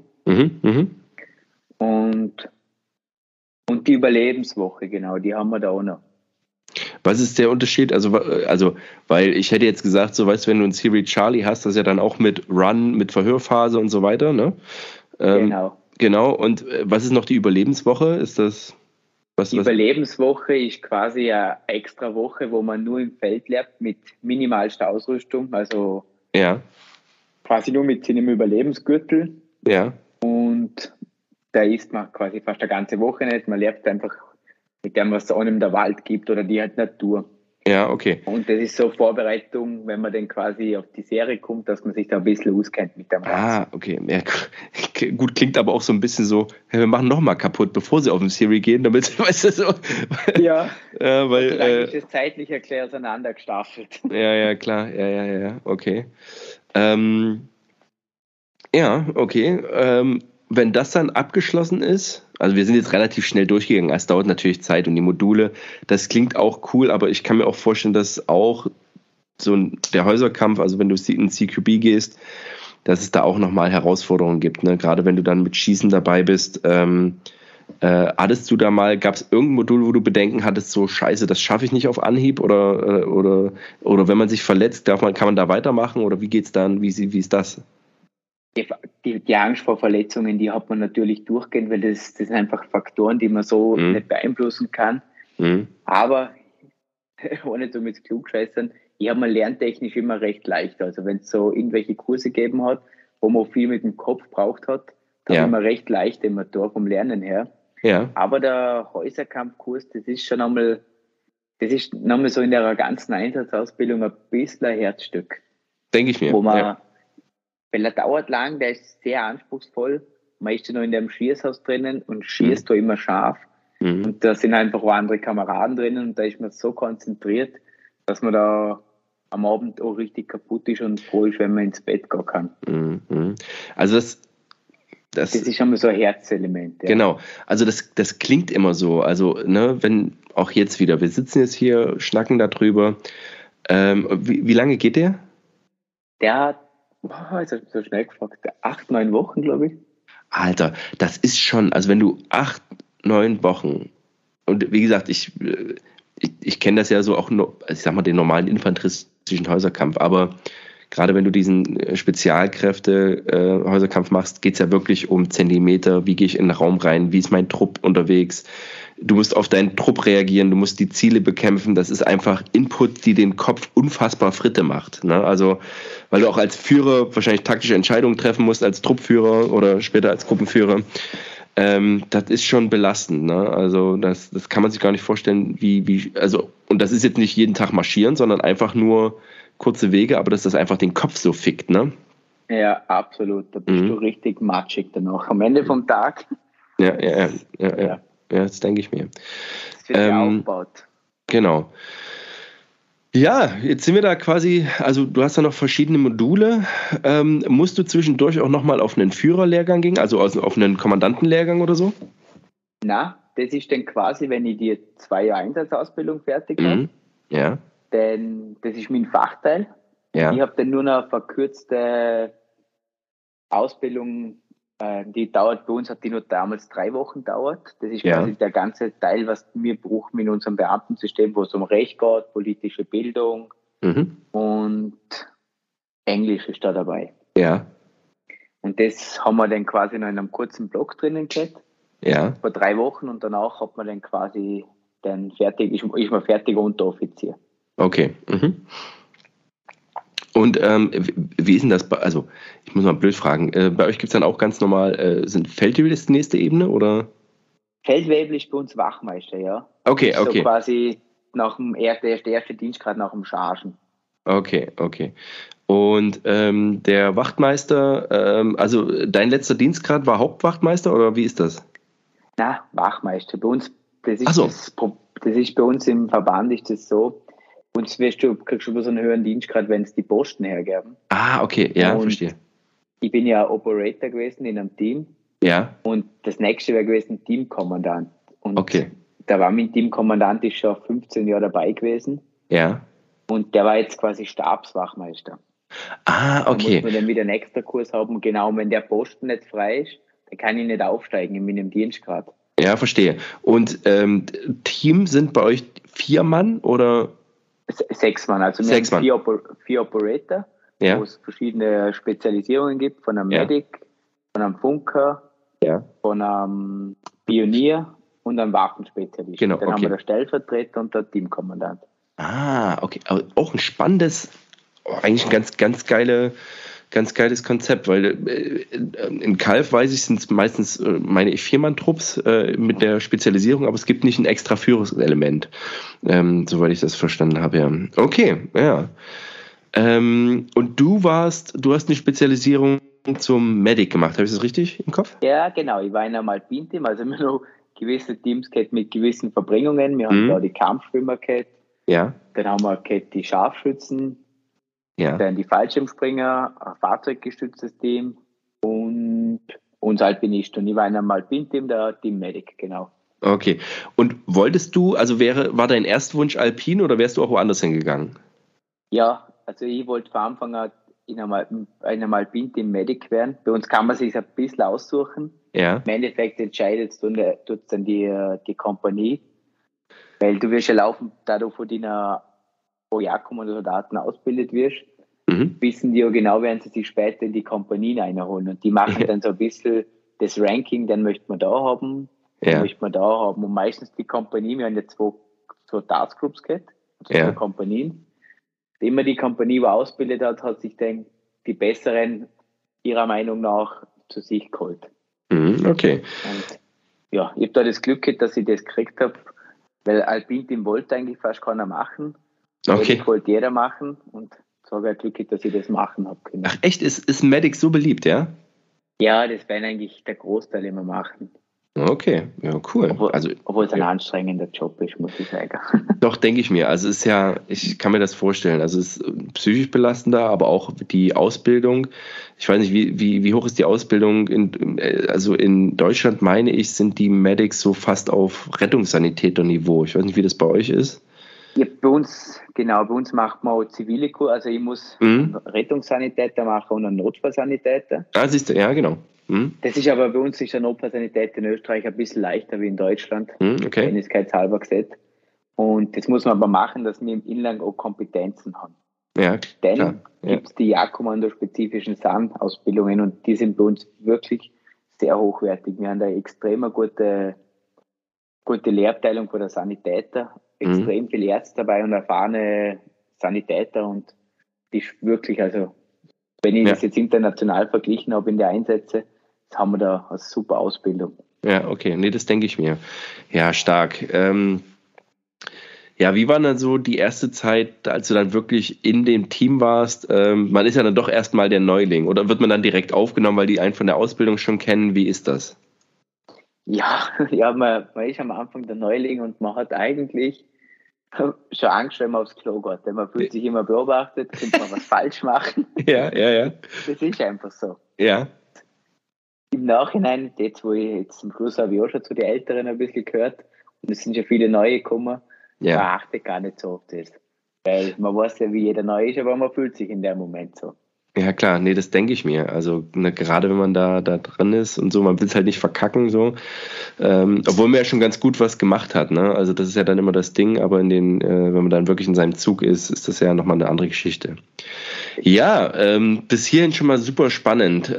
Speaker 2: Und die Überlebenswoche, genau, die haben wir da auch noch.
Speaker 1: Was ist der Unterschied? Also, weil ich hätte jetzt gesagt, so weißt du, wenn du ein Serie Charlie hast, das ist ja dann auch mit Run, mit Verhörphase und so weiter, ne?
Speaker 2: Genau.
Speaker 1: Genau. Und was ist noch die Überlebenswoche? Ist das
Speaker 2: die Überlebenswoche ist quasi eine extra Woche, wo man nur im Feld lernt mit minimalster Ausrüstung, also quasi nur mit seinem Überlebensgürtel.
Speaker 1: Ja.
Speaker 2: Und da isst man quasi fast eine ganze Woche nicht. Man lernt einfach mit dem, was es einem der Wald gibt oder die halt Natur.
Speaker 1: Ja, okay.
Speaker 2: Und das ist so Vorbereitung, wenn man dann quasi auf die Serie kommt, dass man sich da ein bisschen auskennt mit dem Ganzen.
Speaker 1: Ah, okay. Ja, gut, klingt aber auch so ein bisschen so, hey, wir machen nochmal kaputt, bevor sie auf die Serie gehen, damit, weißt du, so.
Speaker 2: Ja,
Speaker 1: weil
Speaker 2: ist es zeitlich erklärt auseinander gestaffelt.
Speaker 1: Ja, klar. Ja, okay. Okay. Wenn das dann abgeschlossen ist, also wir sind jetzt relativ schnell durchgegangen, es dauert natürlich Zeit und die Module, das klingt auch cool, aber ich kann mir auch vorstellen, dass auch so der Häuserkampf, also wenn du in CQB gehst, dass es da auch nochmal Herausforderungen gibt, ne? Gerade wenn du dann mit Schießen dabei bist. Hattest du da mal, gab es irgendein Modul, wo du Bedenken hattest, so scheiße, das schaffe ich nicht auf Anhieb oder wenn man sich verletzt, kann man da weitermachen oder wie geht's dann, wie ist das?
Speaker 2: Die Angst vor Verletzungen, die hat man natürlich durchgehend, weil das sind einfach Faktoren, die man so nicht beeinflussen kann. Aber, ohne damit klugscheißern, man lerntechnisch immer recht leicht. Also wenn es so irgendwelche Kurse gegeben hat, wo man viel mit dem Kopf braucht hat, dann immer recht leicht immer da vom Lernen her.
Speaker 1: Ja.
Speaker 2: Aber der Häuserkampfkurs, das ist nochmal so in der ganzen Einsatzausbildung ein bisschen ein Herzstück.
Speaker 1: Denke ich mir.
Speaker 2: Weil er dauert lang, der ist sehr anspruchsvoll. Man ist ja noch in dem Schießhaus drinnen und schießt da immer scharf. Und da sind einfach auch andere Kameraden drinnen und da ist man so konzentriert, dass man da am Abend auch richtig kaputt ist und froh ist, wenn man ins Bett gehen kann.
Speaker 1: Also das
Speaker 2: ist schon mal so ein Herzelement. Ja.
Speaker 1: Genau, also das klingt immer so. Also, ne, wenn auch jetzt wieder, wir sitzen jetzt hier, schnacken da drüber. Wie lange geht der?
Speaker 2: Der hat, ist so schnell gefragt, 8-9 Wochen, glaube ich.
Speaker 1: Alter, das ist schon, also wenn du 8-9 Wochen, und wie gesagt, ich kenne das ja so auch, ich sag mal, den normalen infanteristischen Häuserkampf, aber gerade wenn du diesen Spezialkräfte-Häuserkampf machst, geht es ja wirklich um Zentimeter. Wie gehe ich in den Raum rein? Wie ist mein Trupp unterwegs? Du musst auf deinen Trupp reagieren, du musst die Ziele bekämpfen. Das ist einfach Input, die den Kopf unfassbar Fritte macht. Ne? Also, weil du auch als Führer wahrscheinlich taktische Entscheidungen treffen musst, als Truppführer oder später als Gruppenführer. Das ist schon belastend. Ne? Also, das kann man sich gar nicht vorstellen, und das ist jetzt nicht jeden Tag marschieren, sondern einfach nur kurze Wege, aber dass das einfach den Kopf so fickt, ne?
Speaker 2: Ja, absolut. Da bist du richtig matschig danach. Am Ende vom Tag.
Speaker 1: Ja, das denke ich mir.
Speaker 2: Das wird ja aufgebaut.
Speaker 1: Genau. Ja, jetzt sind wir da quasi, also du hast da noch verschiedene Module. Musst du zwischendurch auch nochmal auf einen Führerlehrgang gehen, also auf einen Kommandantenlehrgang oder so?
Speaker 2: Na, das ist dann quasi, wenn ich die 2 Jahre Einsatzausbildung fertig habe.
Speaker 1: Ja.
Speaker 2: Denn das ist mein Fachteil.
Speaker 1: Ja.
Speaker 2: Ich habe dann nur noch eine verkürzte Ausbildung, die dauert bei uns, hat die nur damals 3 Wochen gedauert. Das ist quasi der ganze Teil, was wir brauchen in unserem Beamtensystem, wo es um Recht geht, politische Bildung und Englisch ist da dabei.
Speaker 1: Ja.
Speaker 2: Und das haben wir dann quasi noch in einem kurzen Block drinnen gehabt.
Speaker 1: Ja.
Speaker 2: Vor 3 Wochen und danach hat man dann quasi ist man fertiger Unteroffizier.
Speaker 1: Okay. Und wie ist denn das, also ich muss mal blöd fragen, bei euch gibt es dann auch ganz normal, sind Feldwebel die nächste Ebene oder?
Speaker 2: Feldwebel ist bei uns Wachmeister, ja.
Speaker 1: Okay.
Speaker 2: So quasi nach dem erste Dienstgrad nach dem Chargen.
Speaker 1: Okay. Und der Wachtmeister, also dein letzter Dienstgrad war Hauptwachtmeister oder wie ist das?
Speaker 2: Na, Wachmeister. Bei uns, das ist bei uns im Verband ist das so, Und kriegst du über so einen höheren Dienstgrad, wenn es die Posten hergeben.
Speaker 1: Ah, okay, ja,
Speaker 2: und
Speaker 1: verstehe.
Speaker 2: Ich bin ja Operator gewesen in einem Team.
Speaker 1: Ja.
Speaker 2: Und das nächste wäre gewesen Teamkommandant. Und
Speaker 1: okay.
Speaker 2: Da war mein Teamkommandant, ist schon 15 Jahre dabei gewesen.
Speaker 1: Ja.
Speaker 2: Und der war jetzt quasi Stabswachmeister.
Speaker 1: Ah, okay.
Speaker 2: Da muss man dann wieder einen extra Kurs haben. Genau, wenn der Posten nicht frei ist, dann kann ich nicht aufsteigen in meinem Dienstgrad.
Speaker 1: Ja, verstehe. Und Team sind bei euch 4 Mann oder?
Speaker 2: 6 Mann. Also wir haben 4 Operator, wo es verschiedene Spezialisierungen gibt, von einem Medic, von einem Funker, von einem Pionier und einem Waffenspezialist.
Speaker 1: Genau,
Speaker 2: dann haben wir den Stellvertreter und den Teamkommandant.
Speaker 1: Ah, okay. Aber auch ein spannendes, eigentlich ein ganz geiles Konzept, weil in Calw, weiß ich, sind es meistens, meine ich, 4-Mann-Trupps mit der Spezialisierung, aber es gibt nicht ein extra Führungselement, soweit ich das verstanden habe. Ja. Okay, ja. Und du hast eine Spezialisierung zum Medic gemacht, habe ich das richtig im Kopf?
Speaker 2: Ja, genau. Ich war in einem Alpin-Team, also wir noch gewisse Teams gehabt mit gewissen Verbringungen. Wir haben da die Kampfschwimmer gehabt.
Speaker 1: Ja.
Speaker 2: Dann haben wir gehabt die Scharfschützen.
Speaker 1: Ja.
Speaker 2: Dann die Fallschirmspringer, ein fahrzeuggestütztes Team und uns Alpinist. Und ich war in einem Alpin-Team, der Team Medic, genau.
Speaker 1: Okay. Und wolltest du, also war dein Erstwunsch Alpin oder wärst du auch woanders hingegangen? Ja,
Speaker 2: also ich wollte von Anfang an in einem Alpin-Team Medic werden. Bei uns kann man sich ein bisschen aussuchen.
Speaker 1: Ja.
Speaker 2: Im Endeffekt entscheidet tut's dann die Kompanie. Weil du wirst ja laufen, da du von deiner Pro-Jagdkommando-Soldaten ausgebildet wirst, wissen die ja genau, werden sie sich später in die Kompanien einholen. Und die machen dann so ein bisschen das Ranking, dann möchte man da haben, dann möchte man da haben. Und meistens die Kompanie, wir haben ja zwei Taskgroups gehabt, also 2 Kompanien. Immer die Kompanie, die ausgebildet hat sich dann die Besseren ihrer Meinung nach zu sich geholt.
Speaker 1: Okay.
Speaker 2: Und ja, ich habe da das Glück gehabt, dass ich das gekriegt habe, weil Alpin-Team wollte eigentlich fast keiner machen.
Speaker 1: Okay.
Speaker 2: Das wollte jeder machen und so habe ich Glück gehabt, dass ich das machen habe können.
Speaker 1: Ach echt, ist Medic so beliebt, ja?
Speaker 2: Ja, das werden eigentlich der Großteil immer machen.
Speaker 1: Okay, ja, cool.
Speaker 2: Obwohl es ein anstrengender Job ist, muss ich sagen.
Speaker 1: Doch, denke ich mir. Also es ist ja, ich kann mir das vorstellen. Also es ist psychisch belastender, aber auch die Ausbildung. Ich weiß nicht, wie hoch ist die Ausbildung? Also in Deutschland, meine ich, sind die Medics so fast auf Rettungssanitäter-Niveau. Ich weiß nicht, wie das bei euch ist.
Speaker 2: Ja, bei uns macht man auch zivile Kurse. Also ich muss einen Rettungssanitäter machen und einen Notfallsanitäter.
Speaker 1: Ah, siehst du, ja, genau.
Speaker 2: Das ist aber bei uns ist der Notfallsanitäter in Österreich ein bisschen leichter wie in Deutschland.
Speaker 1: Okay.
Speaker 2: Einigkeitshalber gesagt. Und das muss man aber machen, dass wir im Inland auch Kompetenzen haben.
Speaker 1: Ja,
Speaker 2: Dann gibt es die Jagdkommando-spezifischen SAN-Ausbildungen und die sind bei uns wirklich sehr hochwertig. Wir haben da extrem eine gute Lehrabteilung von der Sanitäter, extrem viele Ärzte dabei und erfahrene Sanitäter und die ist wirklich, also wenn ich das jetzt international verglichen habe in der Einsätze, haben wir da eine super Ausbildung.
Speaker 1: Ja, okay, nee, das denke ich mir. Ja, stark. Ja, wie war dann so die erste Zeit, als du dann wirklich in dem Team warst? Man ist ja dann doch erstmal der Neuling oder wird man dann direkt aufgenommen, weil die einen von der Ausbildung schon kennen? Wie ist das?
Speaker 2: Ja, man ist am Anfang der Neuling und man hat eigentlich schon Angst, wenn man aufs Klo geht. Denn man fühlt sich immer beobachtet, könnte man was falsch machen.
Speaker 1: Ja.
Speaker 2: Das ist einfach so.
Speaker 1: Ja.
Speaker 2: Im Nachhinein, jetzt wo ich jetzt zum Schluss habe ich auch schon zu den Älteren ein bisschen gehört und es sind schon viele Neue gekommen, da achte ich gar nicht so auf das. Weil man weiß ja, wie jeder neu ist, aber man fühlt sich in dem Moment so.
Speaker 1: Ja klar, nee, das denke ich mir. Also gerade wenn man da drin ist und so, man will es halt nicht verkacken so. Obwohl man ja schon ganz gut was gemacht hat, ne? Also das ist ja dann immer das Ding, aber wenn man dann wirklich in seinem Zug ist das ja nochmal eine andere Geschichte. Ja, bis hierhin schon mal super spannend.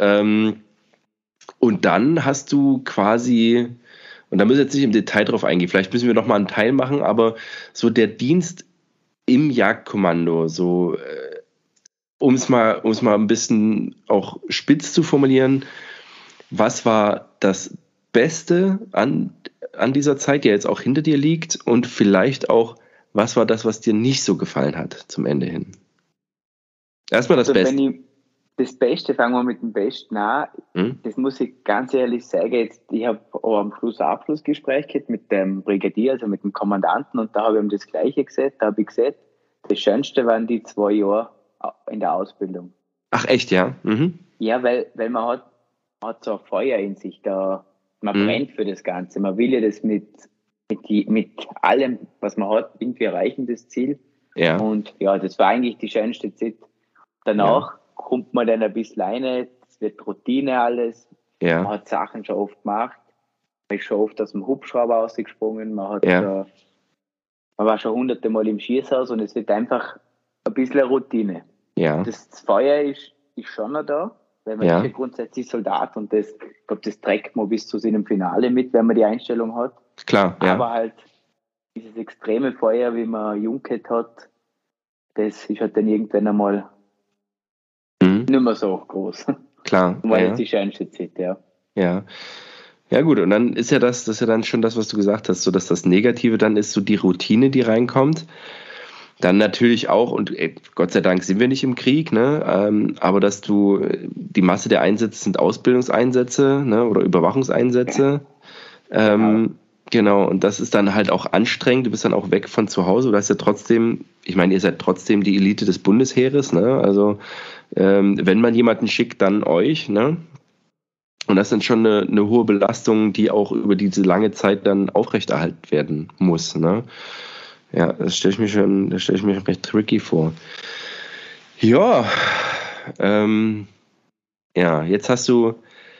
Speaker 1: Und dann hast du quasi, und da müssen wir jetzt nicht im Detail drauf eingehen, vielleicht müssen wir nochmal einen Teil machen, aber so der Dienst im Jagdkommando, so um es mal ein bisschen auch spitz zu formulieren, was war das Beste an dieser Zeit, die jetzt auch hinter dir liegt, und vielleicht auch, was war das, was dir nicht so gefallen hat zum Ende hin? Erstmal das Beste.
Speaker 2: Das Beste, fangen wir mit dem Besten an. Das muss ich ganz ehrlich sagen, ich habe am Schluss ein Abschlussgespräch gehabt mit dem Brigadier, also mit dem Kommandanten, und da habe ich ihm das Gleiche gesagt. Da habe ich gesagt, das Schönste waren die 2 Jahre in der Ausbildung.
Speaker 1: Ach echt, ja? Mhm.
Speaker 2: Ja, weil man hat so ein Feuer in sich, man brennt für das Ganze. Man will ja das mit allem, was man hat, irgendwie erreichen, das Ziel.
Speaker 1: Ja.
Speaker 2: Und ja, das war eigentlich die schönste Zeit. Danach kommt man dann ein bisschen rein, es wird Routine alles.
Speaker 1: Ja.
Speaker 2: Man hat Sachen schon oft gemacht. Man ist schon oft aus dem Hubschrauber rausgesprungen. Man war schon 100 Mal im Schießhaus und es wird einfach ein bisschen eine Routine.
Speaker 1: Ja.
Speaker 2: Das Feuer ist schon noch da, weil man ist ja grundsätzlich Soldat und ich glaube, das trägt man bis zu seinem Finale mit, wenn man die Einstellung hat.
Speaker 1: Klar, ja.
Speaker 2: Aber halt dieses extreme Feuer, wie man Jungket hat, das ist halt dann irgendwann einmal nicht mehr so groß.
Speaker 1: Klar.
Speaker 2: War jetzt die schönste Zeit, ja.
Speaker 1: Ja. Ja gut, und dann ist ja das ist ja dann schon das, was du gesagt hast, so dass das Negative dann ist, so die Routine, die reinkommt. Dann natürlich auch, und Gott sei Dank sind wir nicht im Krieg, ne? Aber dass die Masse der Einsätze sind Ausbildungseinsätze, ne? Oder Überwachungseinsätze. Genau, und das ist dann halt auch anstrengend. Du bist dann auch weg von zu Hause. Du hast ja trotzdem, ich meine, ihr seid trotzdem die Elite des Bundesheeres, ne? Also wenn man jemanden schickt, dann euch, ne? Und das ist dann schon eine hohe Belastung, die auch über diese lange Zeit dann aufrechterhalten werden muss, ne? Ja, das stelle ich mir recht tricky vor. Ja, jetzt hast du,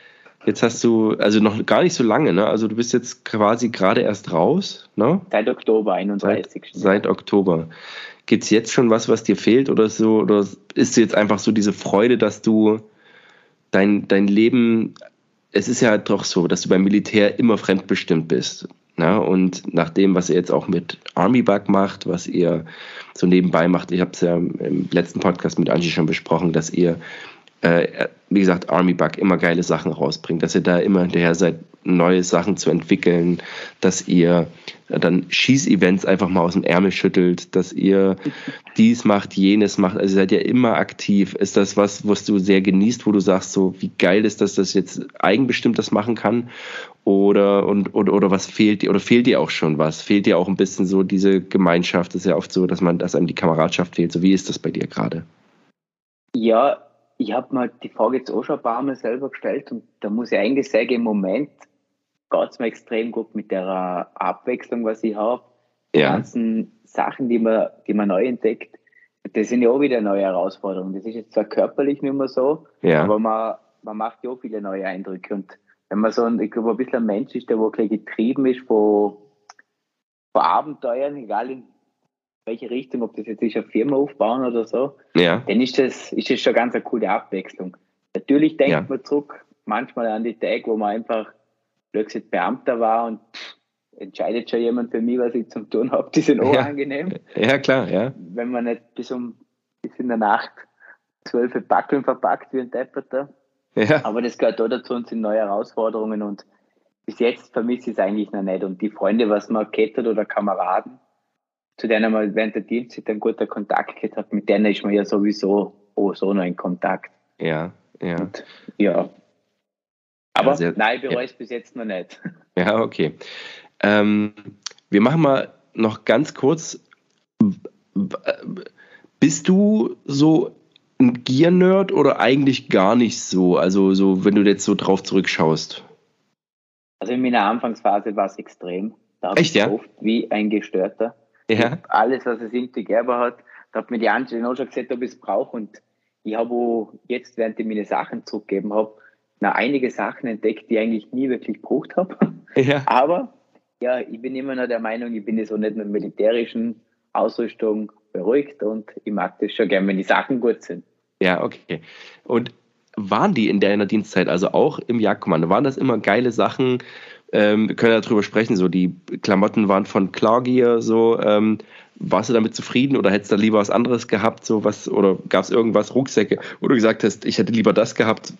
Speaker 1: also noch gar nicht so lange, ne? Also du bist jetzt quasi gerade erst raus, ne?
Speaker 2: Seit Oktober, 31.
Speaker 1: Seit Oktober. Gibt es jetzt schon was dir fehlt oder so? Oder ist jetzt einfach so diese Freude, dass du dein Leben, es ist ja doch so, dass du beim Militär immer fremdbestimmt bist. Na, und nach dem, was ihr jetzt auch mit Army Bug macht, was ihr so nebenbei macht, ich habe es ja im letzten Podcast mit Angie schon besprochen, dass ihr, wie gesagt, Army Bug immer geile Sachen rausbringt, dass ihr da immer hinterher seid, neue Sachen zu entwickeln, dass ihr dann Schießevents einfach mal aus dem Ärmel schüttelt, dass ihr dies macht, jenes macht, also ihr seid ja immer aktiv. Ist das was du sehr genießt, wo du sagst, so wie geil ist das jetzt eigenbestimmt das machen kann? Oder was fehlt dir? Oder fehlt dir auch schon was? Fehlt dir auch ein bisschen so diese Gemeinschaft? Das ist ja oft so, dass einem die Kameradschaft fehlt. So, wie ist das bei dir gerade?
Speaker 2: Ja, ich habe mir die Frage jetzt auch schon ein paar Mal selber gestellt und da muss ich eigentlich sagen, im Moment geht es mir extrem gut mit der Abwechslung, was ich habe. Die ganzen Sachen, die man neu entdeckt, das sind ja auch wieder neue Herausforderungen. Das ist jetzt zwar körperlich nicht mehr so, aber man macht ja auch viele neue Eindrücke. Und wenn man so ich glaube, ein bisschen ein Mensch ist, der wo gleich getrieben ist von Abenteuern, egal in welche Richtung, ob das jetzt ist, eine Firma aufbauen oder so, dann ist das schon ganz eine coole Abwechslung. Natürlich denkt man zurück manchmal an die Tage, wo man einfach plötzlich Beamter war und entscheidet schon jemand für mich, was ich zum tun habe. Die sind auch angenehm.
Speaker 1: Ja, klar, ja.
Speaker 2: Wenn man nicht bis in der Nacht 12 Packungen verpackt wie ein Depperter. Ja. Aber das gehört auch dazu und sind neue Herausforderungen und bis jetzt vermisse ich es eigentlich noch nicht. Und die Freunde, was man gehabt hat oder Kameraden, zu denen man während der Dienstzeit einen guten Kontakt gehabt hat, mit denen ist man ja sowieso so noch in Kontakt.
Speaker 1: Ja.
Speaker 2: Und, aber nein, ich bereue es bis jetzt noch nicht.
Speaker 1: Ja, okay. Wir machen mal noch ganz kurz, bist du so ein Gear-Nerd oder eigentlich gar nicht so? Also so, wenn du jetzt so drauf zurückschaust.
Speaker 2: Also in meiner Anfangsphase war es extrem. Da habe ich oft wie ein Gestörter.
Speaker 1: Ja.
Speaker 2: Alles, was es irgendwie gegeben hat, da hat mir die Angelina auch schon gesagt, ob ich es brauche. Und ich habe auch jetzt, während ich meine Sachen zurückgegeben habe, einige Sachen entdeckt, die ich eigentlich nie wirklich gebraucht habe.
Speaker 1: Ja.
Speaker 2: Aber ich bin immer noch der Meinung, ich bin so nicht mit militärischen Ausrüstung beruhigt und ich mag das schon gern, wenn die Sachen gut sind.
Speaker 1: Ja, okay. Und waren die in deiner Dienstzeit, also auch im Jagdkommando, waren das immer geile Sachen? Wir können ja darüber sprechen, so die Klamotten waren von Klargear, so warst du damit zufrieden oder hättest du da lieber was anderes gehabt, so was, oder gab es irgendwas, Rucksäcke, wo du gesagt hast, ich hätte lieber das gehabt?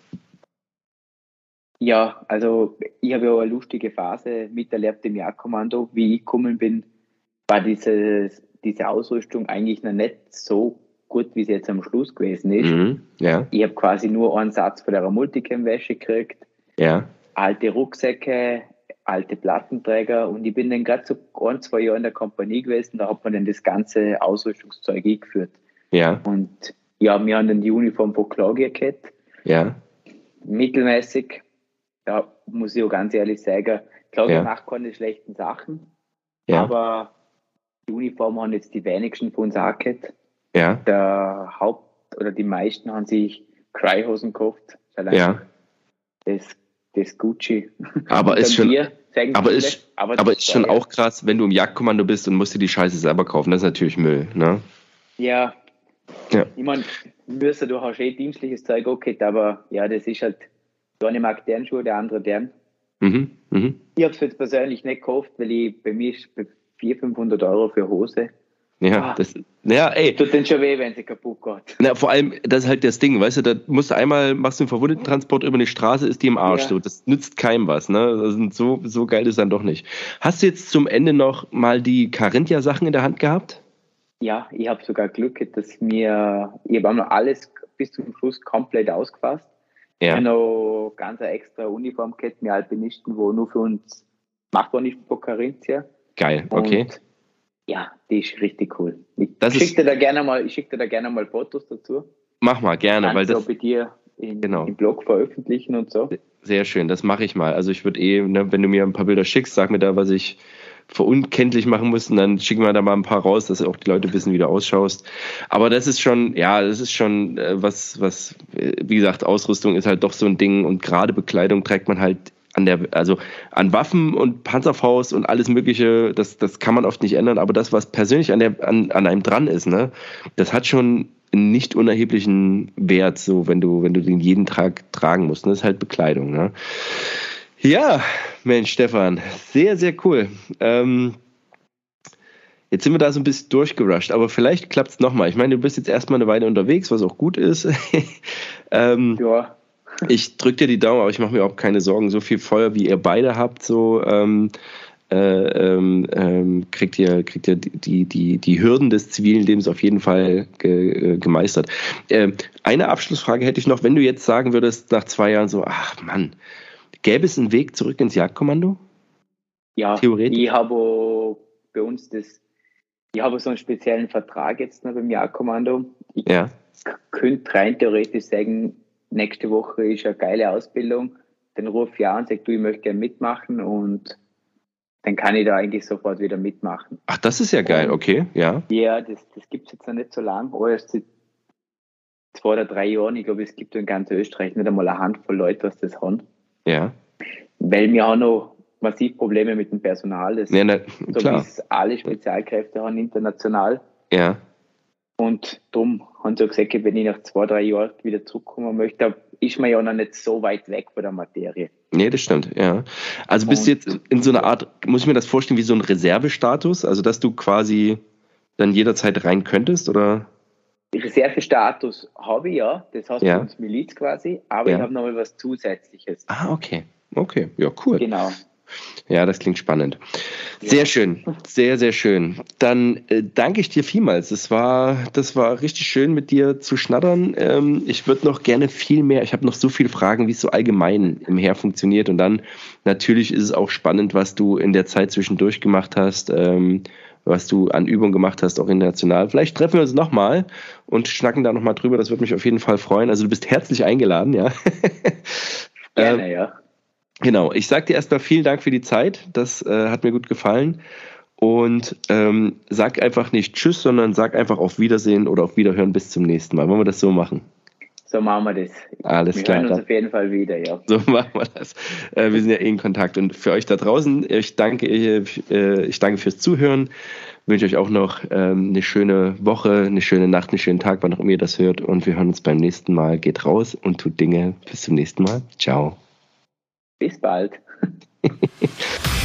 Speaker 2: Ja, also ich habe ja eine lustige Phase miterlebt im Jagdkommando. Wie ich gekommen bin, war diese Ausrüstung eigentlich noch nicht so gut, wie sie jetzt am Schluss gewesen ist.
Speaker 1: Ja.
Speaker 2: Ich habe quasi nur einen Satz von der Multicam-Wäsche gekriegt.
Speaker 1: Ja.
Speaker 2: Alte Rucksäcke, alte Plattenträger und ich bin dann gerade so 1-2 Jahre in der Kompanie gewesen, da hat man dann das ganze Ausrüstungszeug eingeführt.
Speaker 1: Ja.
Speaker 2: Und ja, wir haben dann die Uniform von Klagier gehabt.
Speaker 1: Ja.
Speaker 2: Mittelmäßig, da muss ich auch ganz ehrlich sagen, Klagier macht keine schlechten Sachen, aber die Uniform haben jetzt die wenigsten von uns auch gehabt.
Speaker 1: Ja.
Speaker 2: Die meisten haben sich Cryhosen gekauft. Das Gucci.
Speaker 1: Aber ist schon auch krass, wenn du im Jagdkommando bist und musst dir die Scheiße selber kaufen. Das ist natürlich Müll, ne?
Speaker 2: Ja. Ich meine, du hast dienstliches Zeug gehabt, aber ja, das ist halt, der eine mag deren Schuhe, der andere deren. Ich habe es jetzt persönlich nicht gekauft, weil bei mir ist 400-500 Euro für Hose.
Speaker 1: Ja,
Speaker 2: tut denn schon weh, wenn sie kaputt geht.
Speaker 1: Na, vor allem, das ist halt das Ding, weißt du, da machst du einen Verwundetentransport über eine Straße, ist die im Arsch. So. Das nützt keinem was, ne? Das sind so geil ist dann doch nicht. Hast du jetzt zum Ende noch mal die Carinthia-Sachen in der Hand gehabt?
Speaker 2: Ja, ich habe sogar Glück, dass ich habe noch alles bis zum Schluss komplett ausgefasst. Ja. Ich habe noch ganz eine extra Uniform gehabt, mit Alpinisten, wo nur für uns machbar nicht von Carinthia.
Speaker 1: Geil, okay.
Speaker 2: Und ja, die ist richtig cool. Ich schicke dir da gerne mal Fotos dazu.
Speaker 1: Mach mal, gerne.
Speaker 2: Kannst du bei dir im Blog veröffentlichen und so.
Speaker 1: Sehr schön, das mache ich mal. Also ich würde wenn du mir ein paar Bilder schickst, sag mir da, was ich verunkenntlich machen muss und dann schicken wir da mal ein paar raus, dass auch die Leute wissen, wie du ausschaust. Aber das ist schon, was, wie gesagt, Ausrüstung ist halt doch so ein Ding und gerade Bekleidung trägt man halt an Waffen und Panzerfaust und alles Mögliche, das kann man oft nicht ändern, aber das, was persönlich an einem dran ist, ne, das hat schon einen nicht unerheblichen Wert, so wenn du den jeden Tag tragen musst. Das ist halt Bekleidung, ne? Ja, Mensch, Stefan, sehr, sehr cool. Jetzt sind wir da so ein bisschen durchgerusht, aber vielleicht klappt es nochmal. Ich meine, du bist jetzt erstmal eine Weile unterwegs, was auch gut ist.
Speaker 2: Ja.
Speaker 1: Ich drücke dir die Daumen, aber ich mache mir auch keine Sorgen. So viel Feuer, wie ihr beide habt, so kriegt ihr die Hürden des zivilen Lebens auf jeden Fall gemeistert. Eine Abschlussfrage hätte ich noch, wenn du jetzt sagen würdest, nach 2 Jahren so, ach Mann, gäbe es einen Weg zurück ins Jagdkommando?
Speaker 2: Ja, theoretisch. Ich habe bei uns ich habe so einen speziellen Vertrag jetzt noch beim Jagdkommando. Ich könnte rein theoretisch sagen, nächste Woche ist eine geile Ausbildung. Dann rufe ich an und sage, ich möchte gerne mitmachen und dann kann ich da eigentlich sofort wieder mitmachen.
Speaker 1: Ach, das ist ja geil, okay, ja.
Speaker 2: Ja, das gibt es jetzt noch nicht so lange, aber erst seit 2 oder 3 Jahren. Ich glaube, es gibt in ganz Österreich nicht einmal eine Handvoll Leute, die das haben.
Speaker 1: Ja.
Speaker 2: Weil wir haben noch massiv Probleme mit dem Personal. So
Speaker 1: klar.
Speaker 2: wie es alle Spezialkräfte haben international.
Speaker 1: Ja.
Speaker 2: Und darum haben sie gesagt, wenn ich nach 2-3 Jahren wieder zurückkommen möchte, ist man ja noch nicht so weit weg von der Materie.
Speaker 1: Nee, das stimmt, ja. Also bist du jetzt in so einer Art, muss ich mir das vorstellen, wie so ein Reservestatus? Also dass du quasi dann jederzeit rein könntest, oder?
Speaker 2: Reservestatus habe ich ja, das heißt bei uns Miliz quasi, aber ich habe noch mal was Zusätzliches.
Speaker 1: Ah, okay. Okay, ja, cool.
Speaker 2: Genau.
Speaker 1: Ja, das klingt spannend. Sehr schön, sehr, sehr schön. Dann danke ich dir vielmals. Das war richtig schön, mit dir zu schnattern. Ich würde noch gerne viel mehr, ich habe noch so viele Fragen, wie es so allgemein im Heer funktioniert. Und dann natürlich ist es auch spannend, was du in der Zeit zwischendurch gemacht hast, was du an Übungen gemacht hast, auch international. Vielleicht treffen wir uns nochmal und schnacken da nochmal drüber. Das würde mich auf jeden Fall freuen. Also du bist herzlich eingeladen, ja.
Speaker 2: Gerne, ja.
Speaker 1: Genau, ich sage dir erstmal vielen Dank für die Zeit, das hat mir gut gefallen und sag einfach nicht Tschüss, sondern sag einfach auf Wiedersehen oder auf Wiederhören bis zum nächsten Mal. Wollen wir das so machen?
Speaker 2: So machen wir das.
Speaker 1: Alles klar.
Speaker 2: Wir hören uns auf jeden Fall wieder, ja.
Speaker 1: So machen wir das. Wir sind ja in Kontakt und für euch da draußen, ich danke fürs Zuhören, wünsche euch auch noch eine schöne Woche, eine schöne Nacht, einen schönen Tag, wann auch immer ihr das hört und wir hören uns beim nächsten Mal. Geht raus und tut Dinge. Bis zum nächsten Mal. Ciao.
Speaker 2: Bis bald.